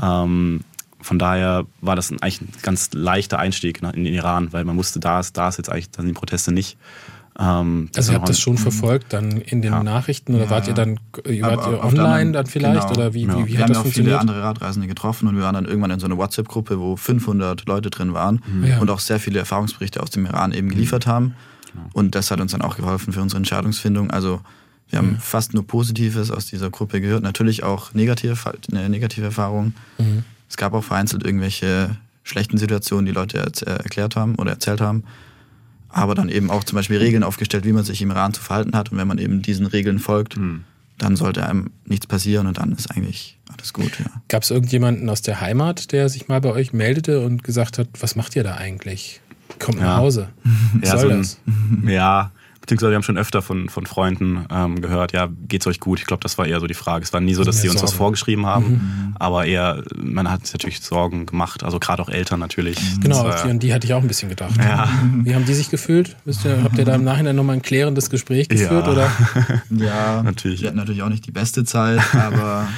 Von daher war das eigentlich ein ganz leichter Einstieg in den Iran, weil man wusste, da ist jetzt eigentlich, da sind die Proteste nicht. Also ihr habt das schon verfolgt dann in den Nachrichten oder wart ihr online dann vielleicht? Oder wie hat das funktioniert? Wir haben ja auch viele andere Radreisende getroffen und wir waren dann irgendwann in so einer WhatsApp-Gruppe, wo 500 Leute drin waren und auch sehr viele Erfahrungsberichte aus dem Iran eben geliefert haben. Und das hat uns dann auch geholfen für unsere Entscheidungsfindung. Also wir haben fast nur Positives aus dieser Gruppe gehört, natürlich auch negative Erfahrungen. Es gab auch vereinzelt irgendwelche schlechten Situationen, die Leute erklärt haben oder erzählt haben. Aber dann eben auch zum Beispiel Regeln aufgestellt, wie man sich im Iran zu verhalten hat. Und wenn man eben diesen Regeln folgt, dann sollte einem nichts passieren und dann ist eigentlich alles gut. Ja. Gab es irgendjemanden aus der Heimat, der sich mal bei euch meldete und gesagt hat, was macht ihr da eigentlich? Kommt nach Hause. Was soll das? Ja, beziehungsweise wir haben schon öfter von Freunden gehört, ja, geht's euch gut? Ich glaube, das war eher so die Frage. Es war nie so, dass sie uns was vorgeschrieben haben, aber eher, man hat sich natürlich Sorgen gemacht, also gerade auch Eltern natürlich. Genau, an die hatte ich auch ein bisschen gedacht. Ja. Wie haben die sich gefühlt? Habt ihr da im Nachhinein nochmal ein klärendes Gespräch geführt? Ja, oder? Ja, natürlich. Wir hatten natürlich auch nicht die beste Zeit, aber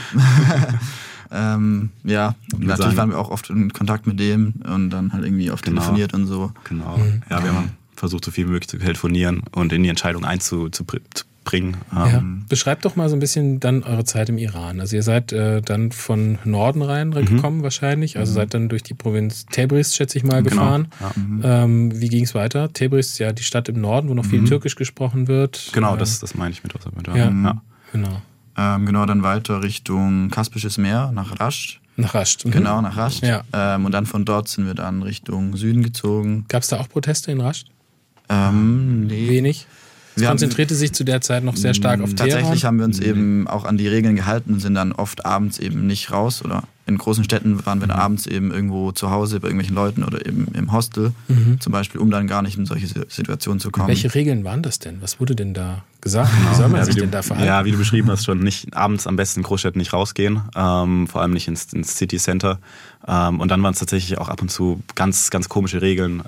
natürlich waren wir auch oft in Kontakt mit dem und dann halt irgendwie oft telefoniert und so. Genau, ja, wir haben versucht, so viel wie möglich zu telefonieren und in die Entscheidung einzubringen. Ja. Beschreibt doch mal so ein bisschen dann eure Zeit im Iran. Also ihr seid dann von Norden rein gekommen wahrscheinlich, also seid dann durch die Provinz Tebriz, schätze ich mal, gefahren. Ja. Wie ging es weiter? Tebriz ist ja die Stadt im Norden, wo noch viel Türkisch gesprochen wird. Genau, das meine ich mit Aserbaidschan. Ja. Genau. Dann weiter Richtung Kaspisches Meer, nach Rasht. Nach Rasht. Genau, nach Rasht. Ja. Und dann von dort sind wir dann Richtung Süden gezogen. Gab es da auch Proteste in Rasht? Nee. Wenig? Es konzentrierte sich zu der Zeit noch sehr stark auf Teheran. Tatsächlich haben wir uns eben auch an die Regeln gehalten und sind dann oft abends eben nicht raus oder in großen Städten waren wir dann abends eben irgendwo zu Hause bei irgendwelchen Leuten oder eben im Hostel zum Beispiel, um dann gar nicht in solche Situationen zu kommen. Welche Regeln waren das denn? Was wurde denn da gesagt? Wie soll man sich denn da verhalten? Ja, wie du beschrieben hast, schon nicht abends am besten in Großstädten nicht rausgehen, vor allem nicht ins City Center. Und dann waren es tatsächlich auch ab und zu ganz, ganz komische Regeln.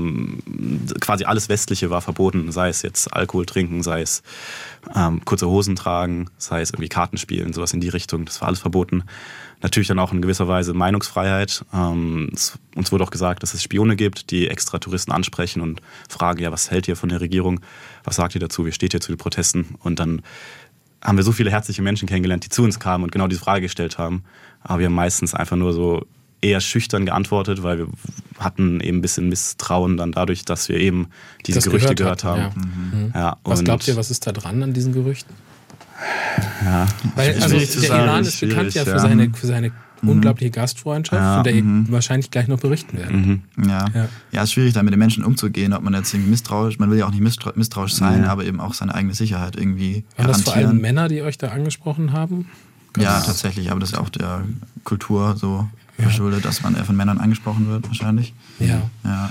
Quasi alles Westliche war verboten, sei es jetzt Alkohol trinken, sei es kurze Hosen tragen, sei es irgendwie Karten spielen, sowas in die Richtung. Das war alles verboten. Natürlich dann auch in gewisser Weise Meinungsfreiheit. Uns wurde auch gesagt, dass es Spione gibt, die extra Touristen ansprechen und fragen, ja, was hält ihr von der Regierung? Was sagt ihr dazu? Wie steht ihr zu den Protesten? Und dann haben wir so viele herzliche Menschen kennengelernt, die zu uns kamen und genau diese Frage gestellt haben. Aber wir haben meistens einfach nur so eher schüchtern geantwortet, weil wir hatten eben ein bisschen Misstrauen dann dadurch, dass wir eben diese Gerüchte gehört haben. Ja. Ja, was glaubt ihr, was ist da dran an diesen Gerüchten? Ja, weil also der Iran ist bekannt ja für seine unglaubliche Gastfreundschaft, von der ihr wahrscheinlich gleich noch berichten werdet. Ja, es ist schwierig, da mit den Menschen umzugehen, ob man jetzt irgendwie misstrauisch, man will ja auch nicht misstrauisch sein, aber eben auch seine eigene Sicherheit irgendwie garantieren. Waren das vor allem Männer, die euch da angesprochen haben? Ja, tatsächlich, aber das ist auch der Kultur so verschuldet, dass man eher von Männern angesprochen wird wahrscheinlich. Ja.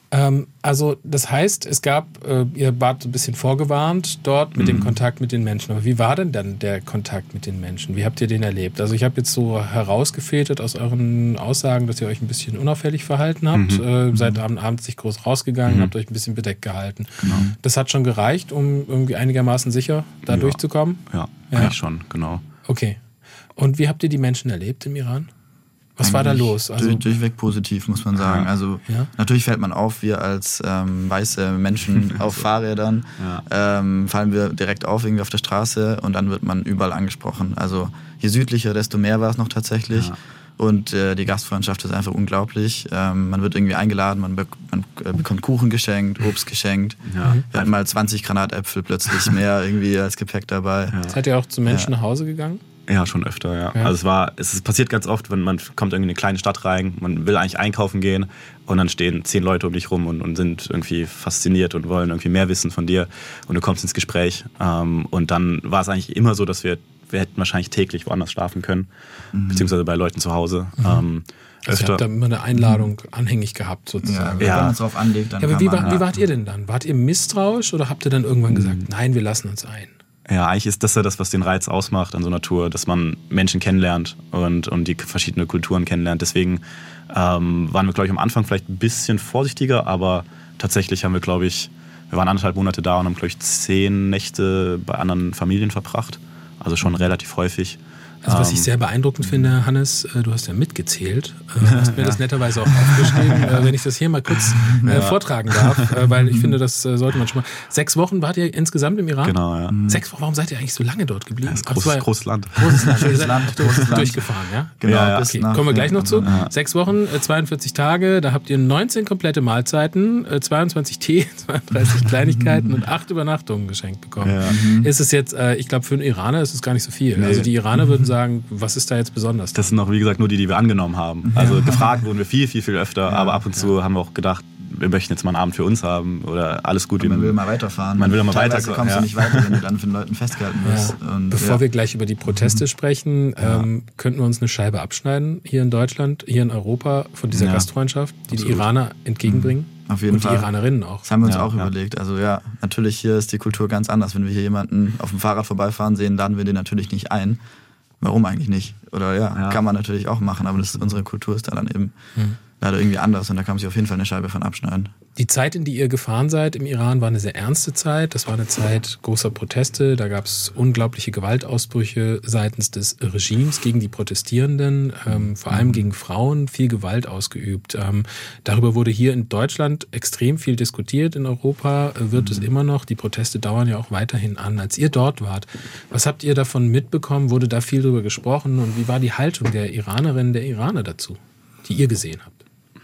Also das heißt, es gab, ihr wart so ein bisschen vorgewarnt dort mit dem Kontakt mit den Menschen. Aber wie war denn dann der Kontakt mit den Menschen? Wie habt ihr den erlebt? Also ich habe jetzt so herausgefiltert aus euren Aussagen, dass ihr euch ein bisschen unauffällig verhalten habt. Seid abends nicht groß rausgegangen, habt euch ein bisschen bedeckt gehalten. Genau. Das hat schon gereicht, um irgendwie einigermaßen sicher da durchzukommen? Ja, eigentlich schon, genau. Okay. Und wie habt ihr die Menschen erlebt im Iran? Was war da los? Also durchweg positiv, muss man sagen. Also natürlich fällt man auf, wir als weiße Menschen auf Fahrrädern fallen wir direkt auf irgendwie auf der Straße und dann wird man überall angesprochen. Also je südlicher, desto mehr war es noch tatsächlich. Ja. Und die Gastfreundschaft ist einfach unglaublich. Man wird irgendwie eingeladen, man bekommt Kuchen geschenkt, Obst geschenkt. Ja. Wir hatten mal 20 Granatäpfel plötzlich mehr irgendwie als Gepäck dabei. Ja. Seid ihr auch zu Menschen nach Hause gegangen? Ja, schon öfter, ja. Also es passiert ganz oft, wenn man kommt irgendwie in eine kleine Stadt rein, man will eigentlich einkaufen gehen und dann stehen 10 Leute um dich rum und sind irgendwie fasziniert und wollen irgendwie mehr wissen von dir und du kommst ins Gespräch. Und dann war es eigentlich immer so, dass wir hätten wahrscheinlich täglich woanders schlafen können, beziehungsweise bei Leuten zu Hause. Also ihr habt da immer eine Einladung anhängig gehabt, sozusagen. Ja, wenn man es drauf anlegt, dann aber wie wart ihr denn dann? Wart ihr misstrauisch oder habt ihr dann irgendwann gesagt, nein, wir lassen uns ein? Ja, eigentlich ist das ja das, was den Reiz ausmacht an so einer Tour, dass man Menschen kennenlernt und die verschiedenen Kulturen kennenlernt. Deswegen waren wir, glaube ich, am Anfang vielleicht ein bisschen vorsichtiger, aber tatsächlich haben wir, glaube ich, wir waren 1,5 Monate da und haben, glaube ich, 10 Nächte bei anderen Familien verbracht. Also schon relativ häufig. Also was ich sehr beeindruckend finde, Hannes, du hast ja mitgezählt, hast mir das netterweise auch aufgeschrieben, wenn ich das hier mal kurz vortragen darf, weil ich finde, das sollte man schon mal. 6 Wochen wart ihr insgesamt im Iran? Genau, ja. 6 Wochen, warum seid ihr eigentlich so lange dort geblieben? Das ist großes Land. Großes Land. Durchgefahren, ja? Genau, ja. Okay, kommen wir gleich noch zu. 6 Wochen, 42 Tage, da habt ihr 19 komplette Mahlzeiten, 22 Tee, 32 Kleinigkeiten und 8 Übernachtungen geschenkt bekommen. Ja. Ist es jetzt, ich glaube, für einen Iraner ist es gar nicht so viel. Nee. Also die Iraner würden sagen, was ist da jetzt besonders? Das sind noch, wie gesagt, nur die wir angenommen haben. Also gefragt wurden wir viel öfter, aber ab und zu haben wir auch gedacht, wir möchten jetzt mal einen Abend für uns haben oder alles gut. Man will mal weiterfahren. Man will mal Teilweise kommst du nicht weiter, wenn du dann von Leuten festgehalten wirst. Ja. Und bevor wir gleich über die Proteste sprechen, könnten wir uns eine Scheibe abschneiden hier in Deutschland, hier in Europa von dieser Gastfreundschaft, die Iraner entgegenbringen. Auf jeden Fall. Und die Iranerinnen auch. Das haben wir uns auch überlegt. Also natürlich hier ist die Kultur ganz anders. Wenn wir hier jemanden auf dem Fahrrad vorbeifahren sehen, laden wir den natürlich nicht ein. Warum eigentlich nicht? Oder kann man natürlich auch machen, aber unsere Kultur ist da dann eben leider irgendwie anders und da kann man sich auf jeden Fall eine Scheibe von abschneiden. Die Zeit, in die ihr gefahren seid im Iran, war eine sehr ernste Zeit. Das war eine Zeit großer Proteste. Da gab es unglaubliche Gewaltausbrüche seitens des Regimes gegen die Protestierenden, vor allem gegen Frauen, viel Gewalt ausgeübt. Darüber wurde hier in Deutschland extrem viel diskutiert. In Europa wird es immer noch. Die Proteste dauern ja auch weiterhin an. Als ihr dort wart, was habt ihr davon mitbekommen? Wurde da viel drüber gesprochen? Und wie war die Haltung der Iranerinnen, der Iraner dazu, die ihr gesehen habt?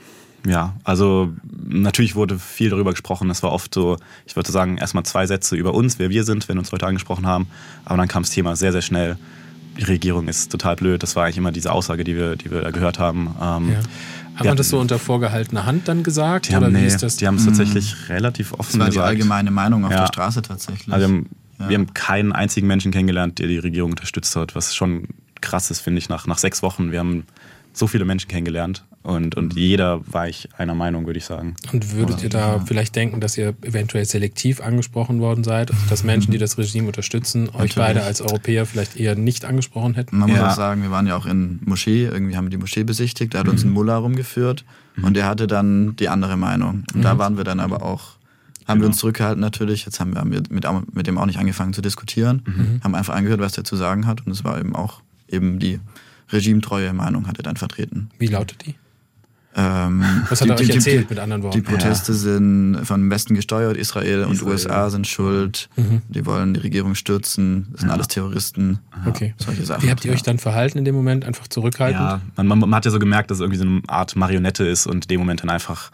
Ja, also natürlich wurde viel darüber gesprochen. Es war oft so, ich würde sagen, erstmal 2 Sätze über uns, wer wir sind, wenn uns Leute angesprochen haben. Aber dann kam das Thema sehr, sehr schnell. Die Regierung ist total blöd. Das war eigentlich immer diese Aussage, die wir da gehört haben. Hat man das so unter vorgehaltener Hand dann gesagt? Die haben es tatsächlich relativ offen gesagt. Das war die allgemeine Meinung auf der Straße tatsächlich. Also wir haben keinen einzigen Menschen kennengelernt, der die Regierung unterstützt hat, was schon krass ist, finde ich, nach 6 Wochen. Wir haben so viele Menschen kennengelernt und jeder war ich einer Meinung, würde ich sagen. Und würdet ihr da vielleicht denken, dass ihr eventuell selektiv angesprochen worden seid? Also dass Menschen, die das Regime unterstützen, euch beide als Europäer vielleicht eher nicht angesprochen hätten? Man muss auch sagen, wir waren ja auch in Moschee, irgendwie haben wir die Moschee besichtigt, da hat uns ein Mullah rumgeführt und der hatte dann die andere Meinung. Und da waren wir dann aber auch, haben wir uns zurückgehalten natürlich, jetzt haben wir mit dem auch nicht angefangen zu diskutieren, haben einfach angehört, was der zu sagen hat und es war eben auch die regimetreue Meinung hat er dann vertreten. Wie lautet die? Was hat er euch erzählt, mit anderen Worten? Die Proteste sind vom Westen gesteuert, Israel und USA sind schuld, die wollen die Regierung stürzen, das sind alles Terroristen, okay. Solche Sachen. Wie habt ihr euch dann verhalten in dem Moment, einfach zurückhaltend? Ja, man hat ja so gemerkt, dass es irgendwie so eine Art Marionette ist und in dem Moment dann einfach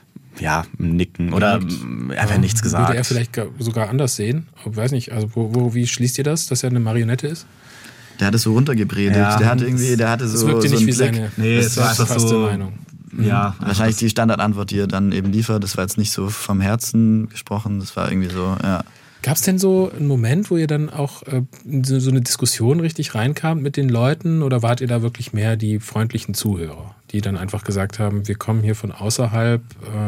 nicken oder einfach nichts gesagt. Würde er vielleicht sogar anders sehen? Ich weiß nicht, also wie schließt ihr das, dass er eine Marionette ist? Der hat es so runtergepredigt. Ja. Der hatte so. Das wirkte so nicht wie Blick. seine es war einfach so. Meinung. Ja, wahrscheinlich die Standardantwort, die er dann eben liefert. Das war jetzt nicht so vom Herzen gesprochen. Das war irgendwie so, ja. Gab es denn so einen Moment, wo ihr dann auch in so eine Diskussion richtig reinkamt mit den Leuten oder wart ihr da wirklich mehr die freundlichen Zuhörer, die dann einfach gesagt haben, wir kommen hier von außerhalb,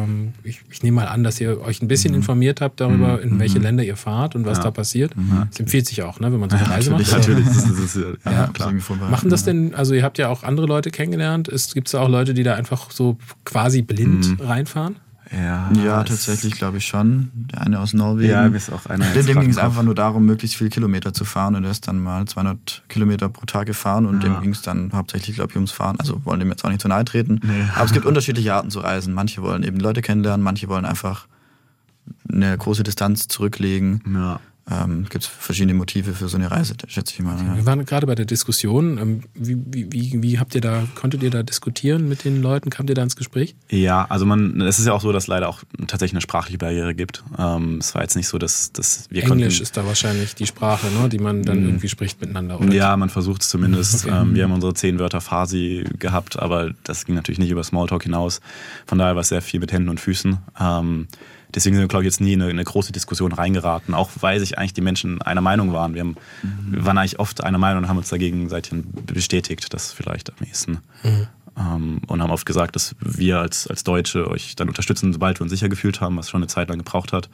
ich nehme mal an, dass ihr euch ein bisschen informiert habt darüber, in welche Länder ihr fahrt und was da passiert. Das empfiehlt sich auch, ne, wenn man so eine Reise macht. Natürlich. Das ist klar. Machen das denn, also ihr habt ja auch andere Leute kennengelernt, gibt es da auch Leute, die da einfach so quasi blind reinfahren? Ja, tatsächlich glaube ich schon. Der eine aus Norwegen. Ja, mir ist auch einer. Dem ging es einfach nur darum, möglichst viele Kilometer zu fahren und er ist dann mal 200 Kilometer pro Tag gefahren und dem ging es dann hauptsächlich, glaube ich, ums Fahren. Also wollen dem jetzt auch nicht zu nahe treten. Nee. Aber es gibt unterschiedliche Arten zu reisen. Manche wollen eben Leute kennenlernen, manche wollen einfach eine große Distanz zurücklegen. Ja. Gibt es verschiedene Motive für so eine Reise, schätze ich mal. Ja. Wir waren gerade bei der Diskussion. Wie konntet ihr da diskutieren mit den Leuten? Kamt ihr da ins Gespräch? Ja, also es ist ja auch so, dass es leider auch tatsächlich eine sprachliche Barriere gibt. Es war jetzt nicht so, dass wir Englisch ist da wahrscheinlich die Sprache, ne, die man dann irgendwie spricht miteinander, oder? Ja, man versucht es zumindest. Okay. Wir haben unsere 10 Wörter Farsi gehabt, aber das ging natürlich nicht über Smalltalk hinaus. Von daher war es sehr viel mit Händen und Füßen. Deswegen sind wir, glaube ich, jetzt nie in eine große Diskussion reingeraten, auch weil sich eigentlich die Menschen einer Meinung waren. Wir waren eigentlich oft einer Meinung und haben uns da gegenseitig bestätigt, das vielleicht am nächsten. Und haben oft gesagt, dass wir als Deutsche euch dann unterstützen, sobald wir uns sicher gefühlt haben, was schon eine Zeit lang gebraucht hat.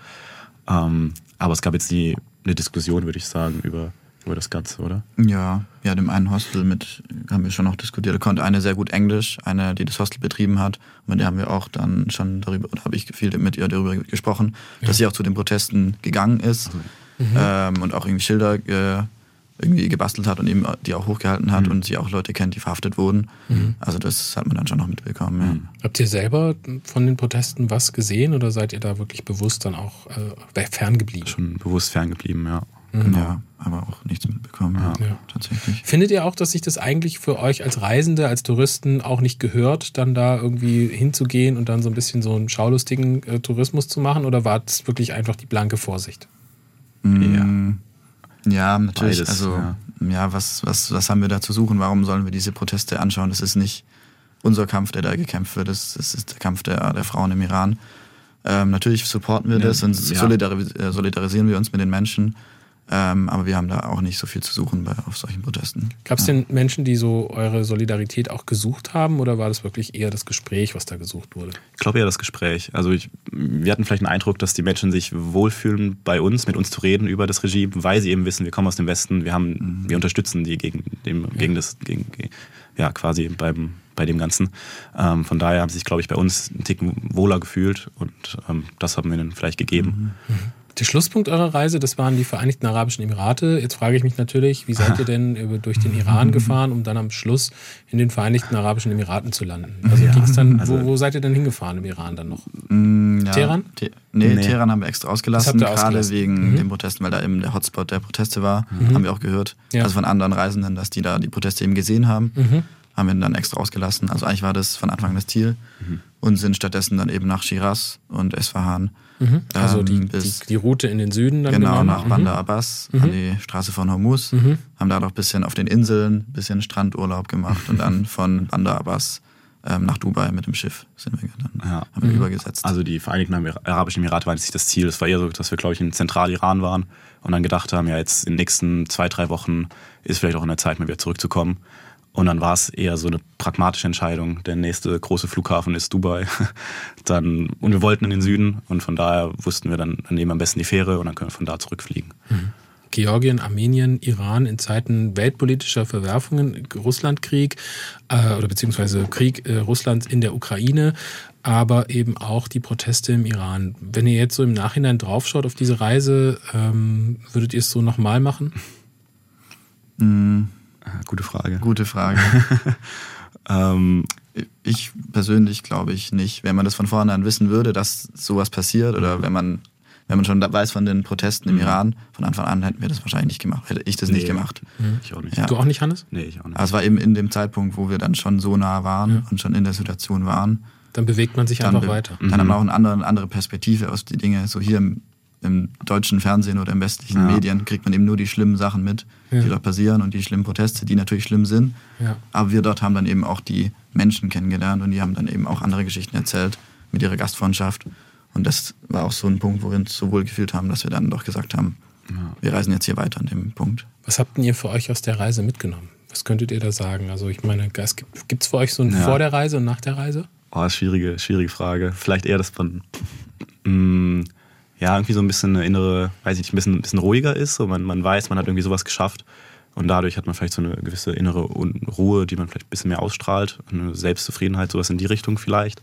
Aber es gab jetzt nie eine Diskussion, würde ich sagen, über das Ganze, oder? Ja, dem einen Hostel haben wir schon noch diskutiert. Da konnte eine sehr gut Englisch, eine, die das Hostel betrieben hat. Und mit der haben wir auch dann schon darüber, oder habe ich viel mit ihr darüber gesprochen, dass sie auch zu den Protesten gegangen ist und auch irgendwie Schilder irgendwie gebastelt hat und eben die auch hochgehalten hat und sie auch Leute kennt, die verhaftet wurden. Also das hat man dann schon noch mitbekommen. Ja. Habt ihr selber von den Protesten was gesehen oder seid ihr da wirklich bewusst dann auch ferngeblieben? Schon bewusst ferngeblieben, ja. Genau. Ja, aber auch nichts mitbekommen, ja, tatsächlich. Findet ihr auch, dass sich das eigentlich für euch als Reisende, als Touristen auch nicht gehört, dann da irgendwie hinzugehen und dann so ein bisschen so einen schaulustigen Tourismus zu machen? Oder war es wirklich einfach die blanke Vorsicht? Ja, natürlich. Beides, also, was haben wir da zu suchen? Warum sollen wir diese Proteste anschauen? Das ist nicht unser Kampf, der da gekämpft wird. Das ist der Kampf der Frauen im Iran. Natürlich supporten wir das und solidarisieren wir uns mit den Menschen. Aber wir haben da auch nicht so viel zu suchen auf solchen Protesten. Gab es denn Menschen, die so eure Solidarität auch gesucht haben oder war das wirklich eher das Gespräch, was da gesucht wurde? Ich glaube eher das Gespräch. Also wir hatten vielleicht den Eindruck, dass die Menschen sich wohlfühlen, bei uns, mit uns zu reden über das Regime, weil sie eben wissen, wir kommen aus dem Westen, wir unterstützen die quasi bei dem Ganzen. Von daher haben sie sich, glaube ich, bei uns einen Ticken wohler gefühlt und das haben wir ihnen vielleicht gegeben. Der Schlusspunkt eurer Reise, das waren die Vereinigten Arabischen Emirate. Jetzt frage ich mich natürlich, wie seid ihr denn durch den Iran gefahren, um dann am Schluss in den Vereinigten Arabischen Emiraten zu landen? Also ging's dann, wo seid ihr denn hingefahren im Iran dann noch? Teheran? Teheran haben wir extra ausgelassen, gerade wegen den Protesten, weil da eben der Hotspot der Proteste war, haben wir auch gehört. Ja. Also von anderen Reisenden, dass die da die Proteste eben gesehen haben. Haben wir dann extra ausgelassen. Also eigentlich war das von Anfang an das Ziel und sind stattdessen dann eben nach Shiraz und Esfahan. Also die Route in den Süden dann genau, genommen? Nach Bandar Abbas, an die Straße von Hormuz. Haben da noch ein bisschen auf den Inseln, ein bisschen Strandurlaub gemacht und dann von Bandar Abbas nach Dubai mit dem Schiff sind wir dann, Ja. haben wir übergesetzt. Also die Vereinigten Arabischen Emirate waren jetzt nicht das Ziel. Es war eher so, dass wir, glaube ich, in Zentraliran waren und dann gedacht haben, ja, jetzt in den nächsten 2-3 Wochen ist vielleicht auch in der Zeit, mal wieder zurückzukommen. Und dann war es eher so eine pragmatische Entscheidung. Der nächste große Flughafen ist Dubai. Und wir wollten in den Süden und von daher wussten wir dann nehmen wir am besten die Fähre und dann können wir von da zurückfliegen. Georgien, Armenien, Iran in Zeiten weltpolitischer Verwerfungen, Russlandkrieg oder beziehungsweise Krieg Russlands in der Ukraine, aber eben auch die Proteste im Iran. Wenn ihr jetzt so im Nachhinein draufschaut auf diese Reise, würdet ihr es so nochmal machen? Gute Frage. Gute Frage. Ich persönlich glaube ich nicht. Wenn man das von vornherein wissen würde, dass sowas passiert oder wenn man schon weiß von den Protesten im Iran, von Anfang an hätten wir das wahrscheinlich nicht gemacht. Hätte ich das nicht gemacht. Ich auch nicht. Ja. Du auch nicht, Hannes? Nee, ich auch nicht. Aber es war eben in dem Zeitpunkt, wo wir dann schon so nah waren und schon in der Situation waren. Dann bewegt man sich einfach weiter. Dann haben wir auch eine andere Perspektive aus die Dinge. So hier im deutschen Fernsehen oder im westlichen Medien kriegt man eben nur die schlimmen Sachen mit, die dort passieren und die schlimmen Proteste, die natürlich schlimm sind. Ja. Aber wir dort haben dann eben auch die Menschen kennengelernt und die haben dann eben auch andere Geschichten erzählt mit ihrer Gastfreundschaft. Und das war auch so ein Punkt, wo wir uns so wohl gefühlt haben, dass wir dann doch gesagt haben, wir reisen jetzt hier weiter an dem Punkt. Was habt denn ihr für euch aus der Reise mitgenommen? Was könntet ihr da sagen? Also ich meine, gibt es für euch so ein vor der Reise und nach der Reise? Schwierige Frage. Vielleicht eher, dass man irgendwie so ein bisschen eine innere, weiß ich nicht, ein bisschen ruhiger ist. So man weiß, man hat irgendwie sowas geschafft. Und dadurch hat man vielleicht so eine gewisse innere Ruhe, die man vielleicht ein bisschen mehr ausstrahlt. Eine Selbstzufriedenheit, sowas in die Richtung vielleicht.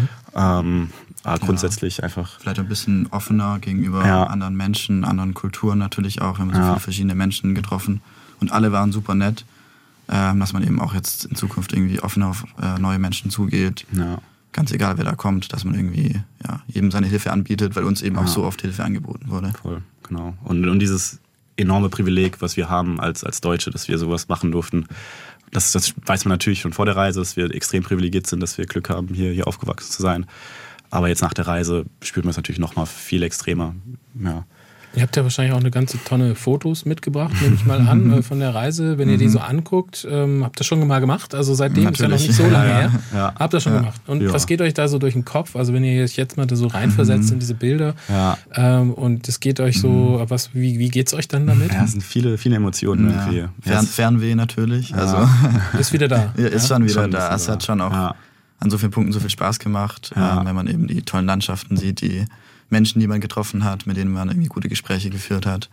Aber grundsätzlich einfach... Vielleicht ein bisschen offener gegenüber anderen Menschen, anderen Kulturen natürlich auch. Wir haben so viele verschiedene Menschen getroffen. Und alle waren super nett. Dass man eben auch jetzt in Zukunft irgendwie offener auf neue Menschen zugeht. Ja. Ganz egal, wer da kommt, dass man irgendwie jedem seine Hilfe anbietet, weil uns eben auch so oft Hilfe angeboten wurde. Voll, genau. Und dieses enorme Privileg, was wir haben als Deutsche, dass wir sowas machen durften. Das weiß man natürlich schon vor der Reise, dass wir extrem privilegiert sind, dass wir Glück haben, hier aufgewachsen zu sein. Aber jetzt nach der Reise spürt man es natürlich noch mal viel extremer. Ja. Ihr habt ja wahrscheinlich auch eine ganze Tonne Fotos mitgebracht, nehme ich mal an, von der Reise. Wenn ihr die so anguckt, habt ihr schon mal gemacht? Also seitdem ist ja noch nicht so lange her. Ja. Habt ihr schon gemacht. Und was geht euch da so durch den Kopf? Also wenn ihr euch jetzt mal so reinversetzt in diese Bilder und es geht euch so, wie geht's euch dann damit? Ja, es sind viele Emotionen irgendwie. Fernweh natürlich. Also ist wieder da. Ja, ist schon wieder da. Es hat schon auch an so vielen Punkten so viel Spaß gemacht, wenn man eben die tollen Landschaften sieht, die Menschen, die man getroffen hat, mit denen man irgendwie gute Gespräche geführt hat.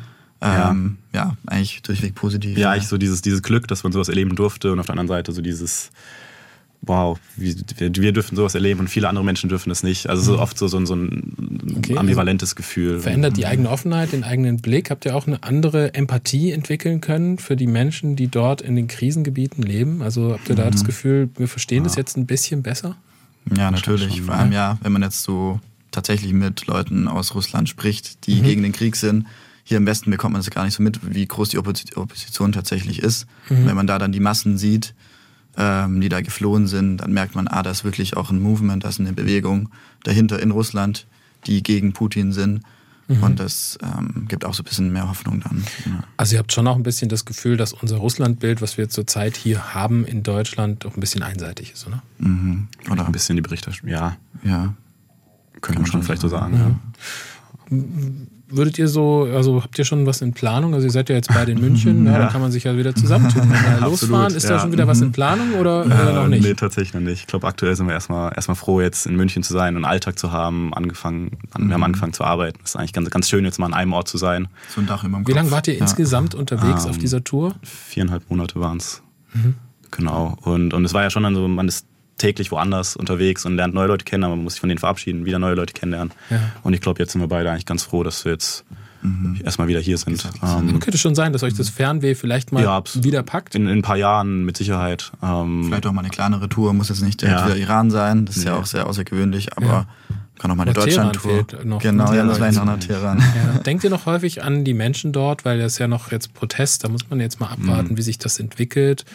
Eigentlich durchweg positiv. Ja, eigentlich so dieses Glück, dass man sowas erleben durfte und auf der anderen Seite so dieses wow, wir dürfen sowas erleben und viele andere Menschen dürfen das nicht. Also so oft so ein ambivalentes Gefühl. Verändert die eigene Offenheit, den eigenen Blick? Habt ihr auch eine andere Empathie entwickeln können für die Menschen, die dort in den Krisengebieten leben? Also habt ihr da das Gefühl, wir verstehen das jetzt ein bisschen besser? Ja, natürlich. Vor allem wenn man jetzt so tatsächlich mit Leuten aus Russland spricht, die gegen den Krieg sind. Hier im Westen bekommt man das gar nicht so mit, wie groß die Opposition tatsächlich ist. Wenn man da dann die Massen sieht, die da geflohen sind, dann merkt man, da ist wirklich auch ein Movement, da ist eine Bewegung dahinter in Russland, die gegen Putin sind. Und das gibt auch so ein bisschen mehr Hoffnung dann. Ja. Also ihr habt schon auch ein bisschen das Gefühl, dass unser Russlandbild, was wir zurzeit hier haben in Deutschland, auch ein bisschen einseitig ist, oder? Oder ein bisschen die Berichterstattung. Ja. Könnte man schon vielleicht so sagen. Ja. Würdet ihr habt ihr schon was in Planung? Also ihr seid ja jetzt beide in München, da kann man sich ja wieder zusammentun. Wenn wir losfahren, ist da schon wieder was in Planung oder noch nicht? Nee, tatsächlich noch nicht. Ich glaube, aktuell sind wir erstmal froh, jetzt in München zu sein und einen Alltag zu haben. Wir haben angefangen zu arbeiten. Das ist eigentlich ganz, ganz schön, jetzt mal an einem Ort zu sein. So ein Dach über dem Kopf. Wie lange wart ihr insgesamt unterwegs auf dieser Tour? 4,5 Monate waren es. Genau. Und es war ja schon dann so, man ist täglich woanders unterwegs und lernt neue Leute kennen, aber man muss sich von denen verabschieden, wieder neue Leute kennenlernen. Ja. Und ich glaube, jetzt sind wir beide eigentlich ganz froh, dass wir jetzt erstmal wieder hier sind. Könnte schon sein, dass euch das Fernweh vielleicht mal wieder packt. In ein paar Jahren mit Sicherheit. Vielleicht auch mal eine kleinere Tour, muss jetzt nicht direkt wieder Iran sein, das ist ja auch sehr außergewöhnlich, aber kann auch mal eine Deutschland-Tour. Genau, das vielleicht noch nach Teheran. Ja. Denkt ihr noch häufig an die Menschen dort, weil das ja noch jetzt Protest, da muss man jetzt mal abwarten, wie sich das entwickelt.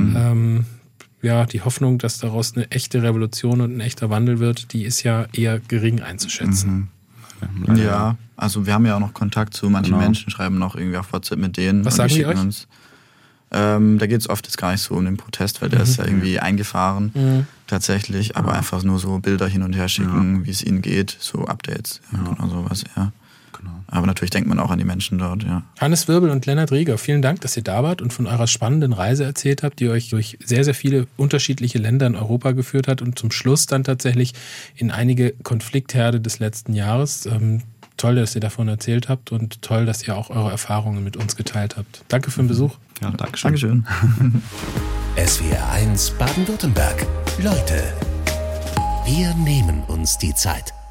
Die Hoffnung, dass daraus eine echte Revolution und ein echter Wandel wird, die ist ja eher gering einzuschätzen. Ja, also wir haben ja auch noch Kontakt zu manchen Menschen, schreiben noch irgendwie auf WhatsApp mit denen. Was sagen die euch? Da geht es oft jetzt gar nicht so um den Protest, weil der ist ja irgendwie eingefahren. tatsächlich, aber einfach nur so Bilder hin und her schicken, wie es ihnen geht, so Updates, genau sowas, ja. Genau. Aber natürlich denkt man auch an die Menschen dort, ja. Hannes Wirbel und Lennart Rieger, vielen Dank, dass ihr da wart und von eurer spannenden Reise erzählt habt, die euch durch sehr, sehr viele unterschiedliche Länder in Europa geführt hat und zum Schluss dann tatsächlich in einige Konfliktherde des letzten Jahres. Toll, dass ihr davon erzählt habt und toll, dass ihr auch eure Erfahrungen mit uns geteilt habt. Danke für den Besuch. Ja, Dankeschön. Dankeschön. SWR 1 Baden-Württemberg. Leute, wir nehmen uns die Zeit.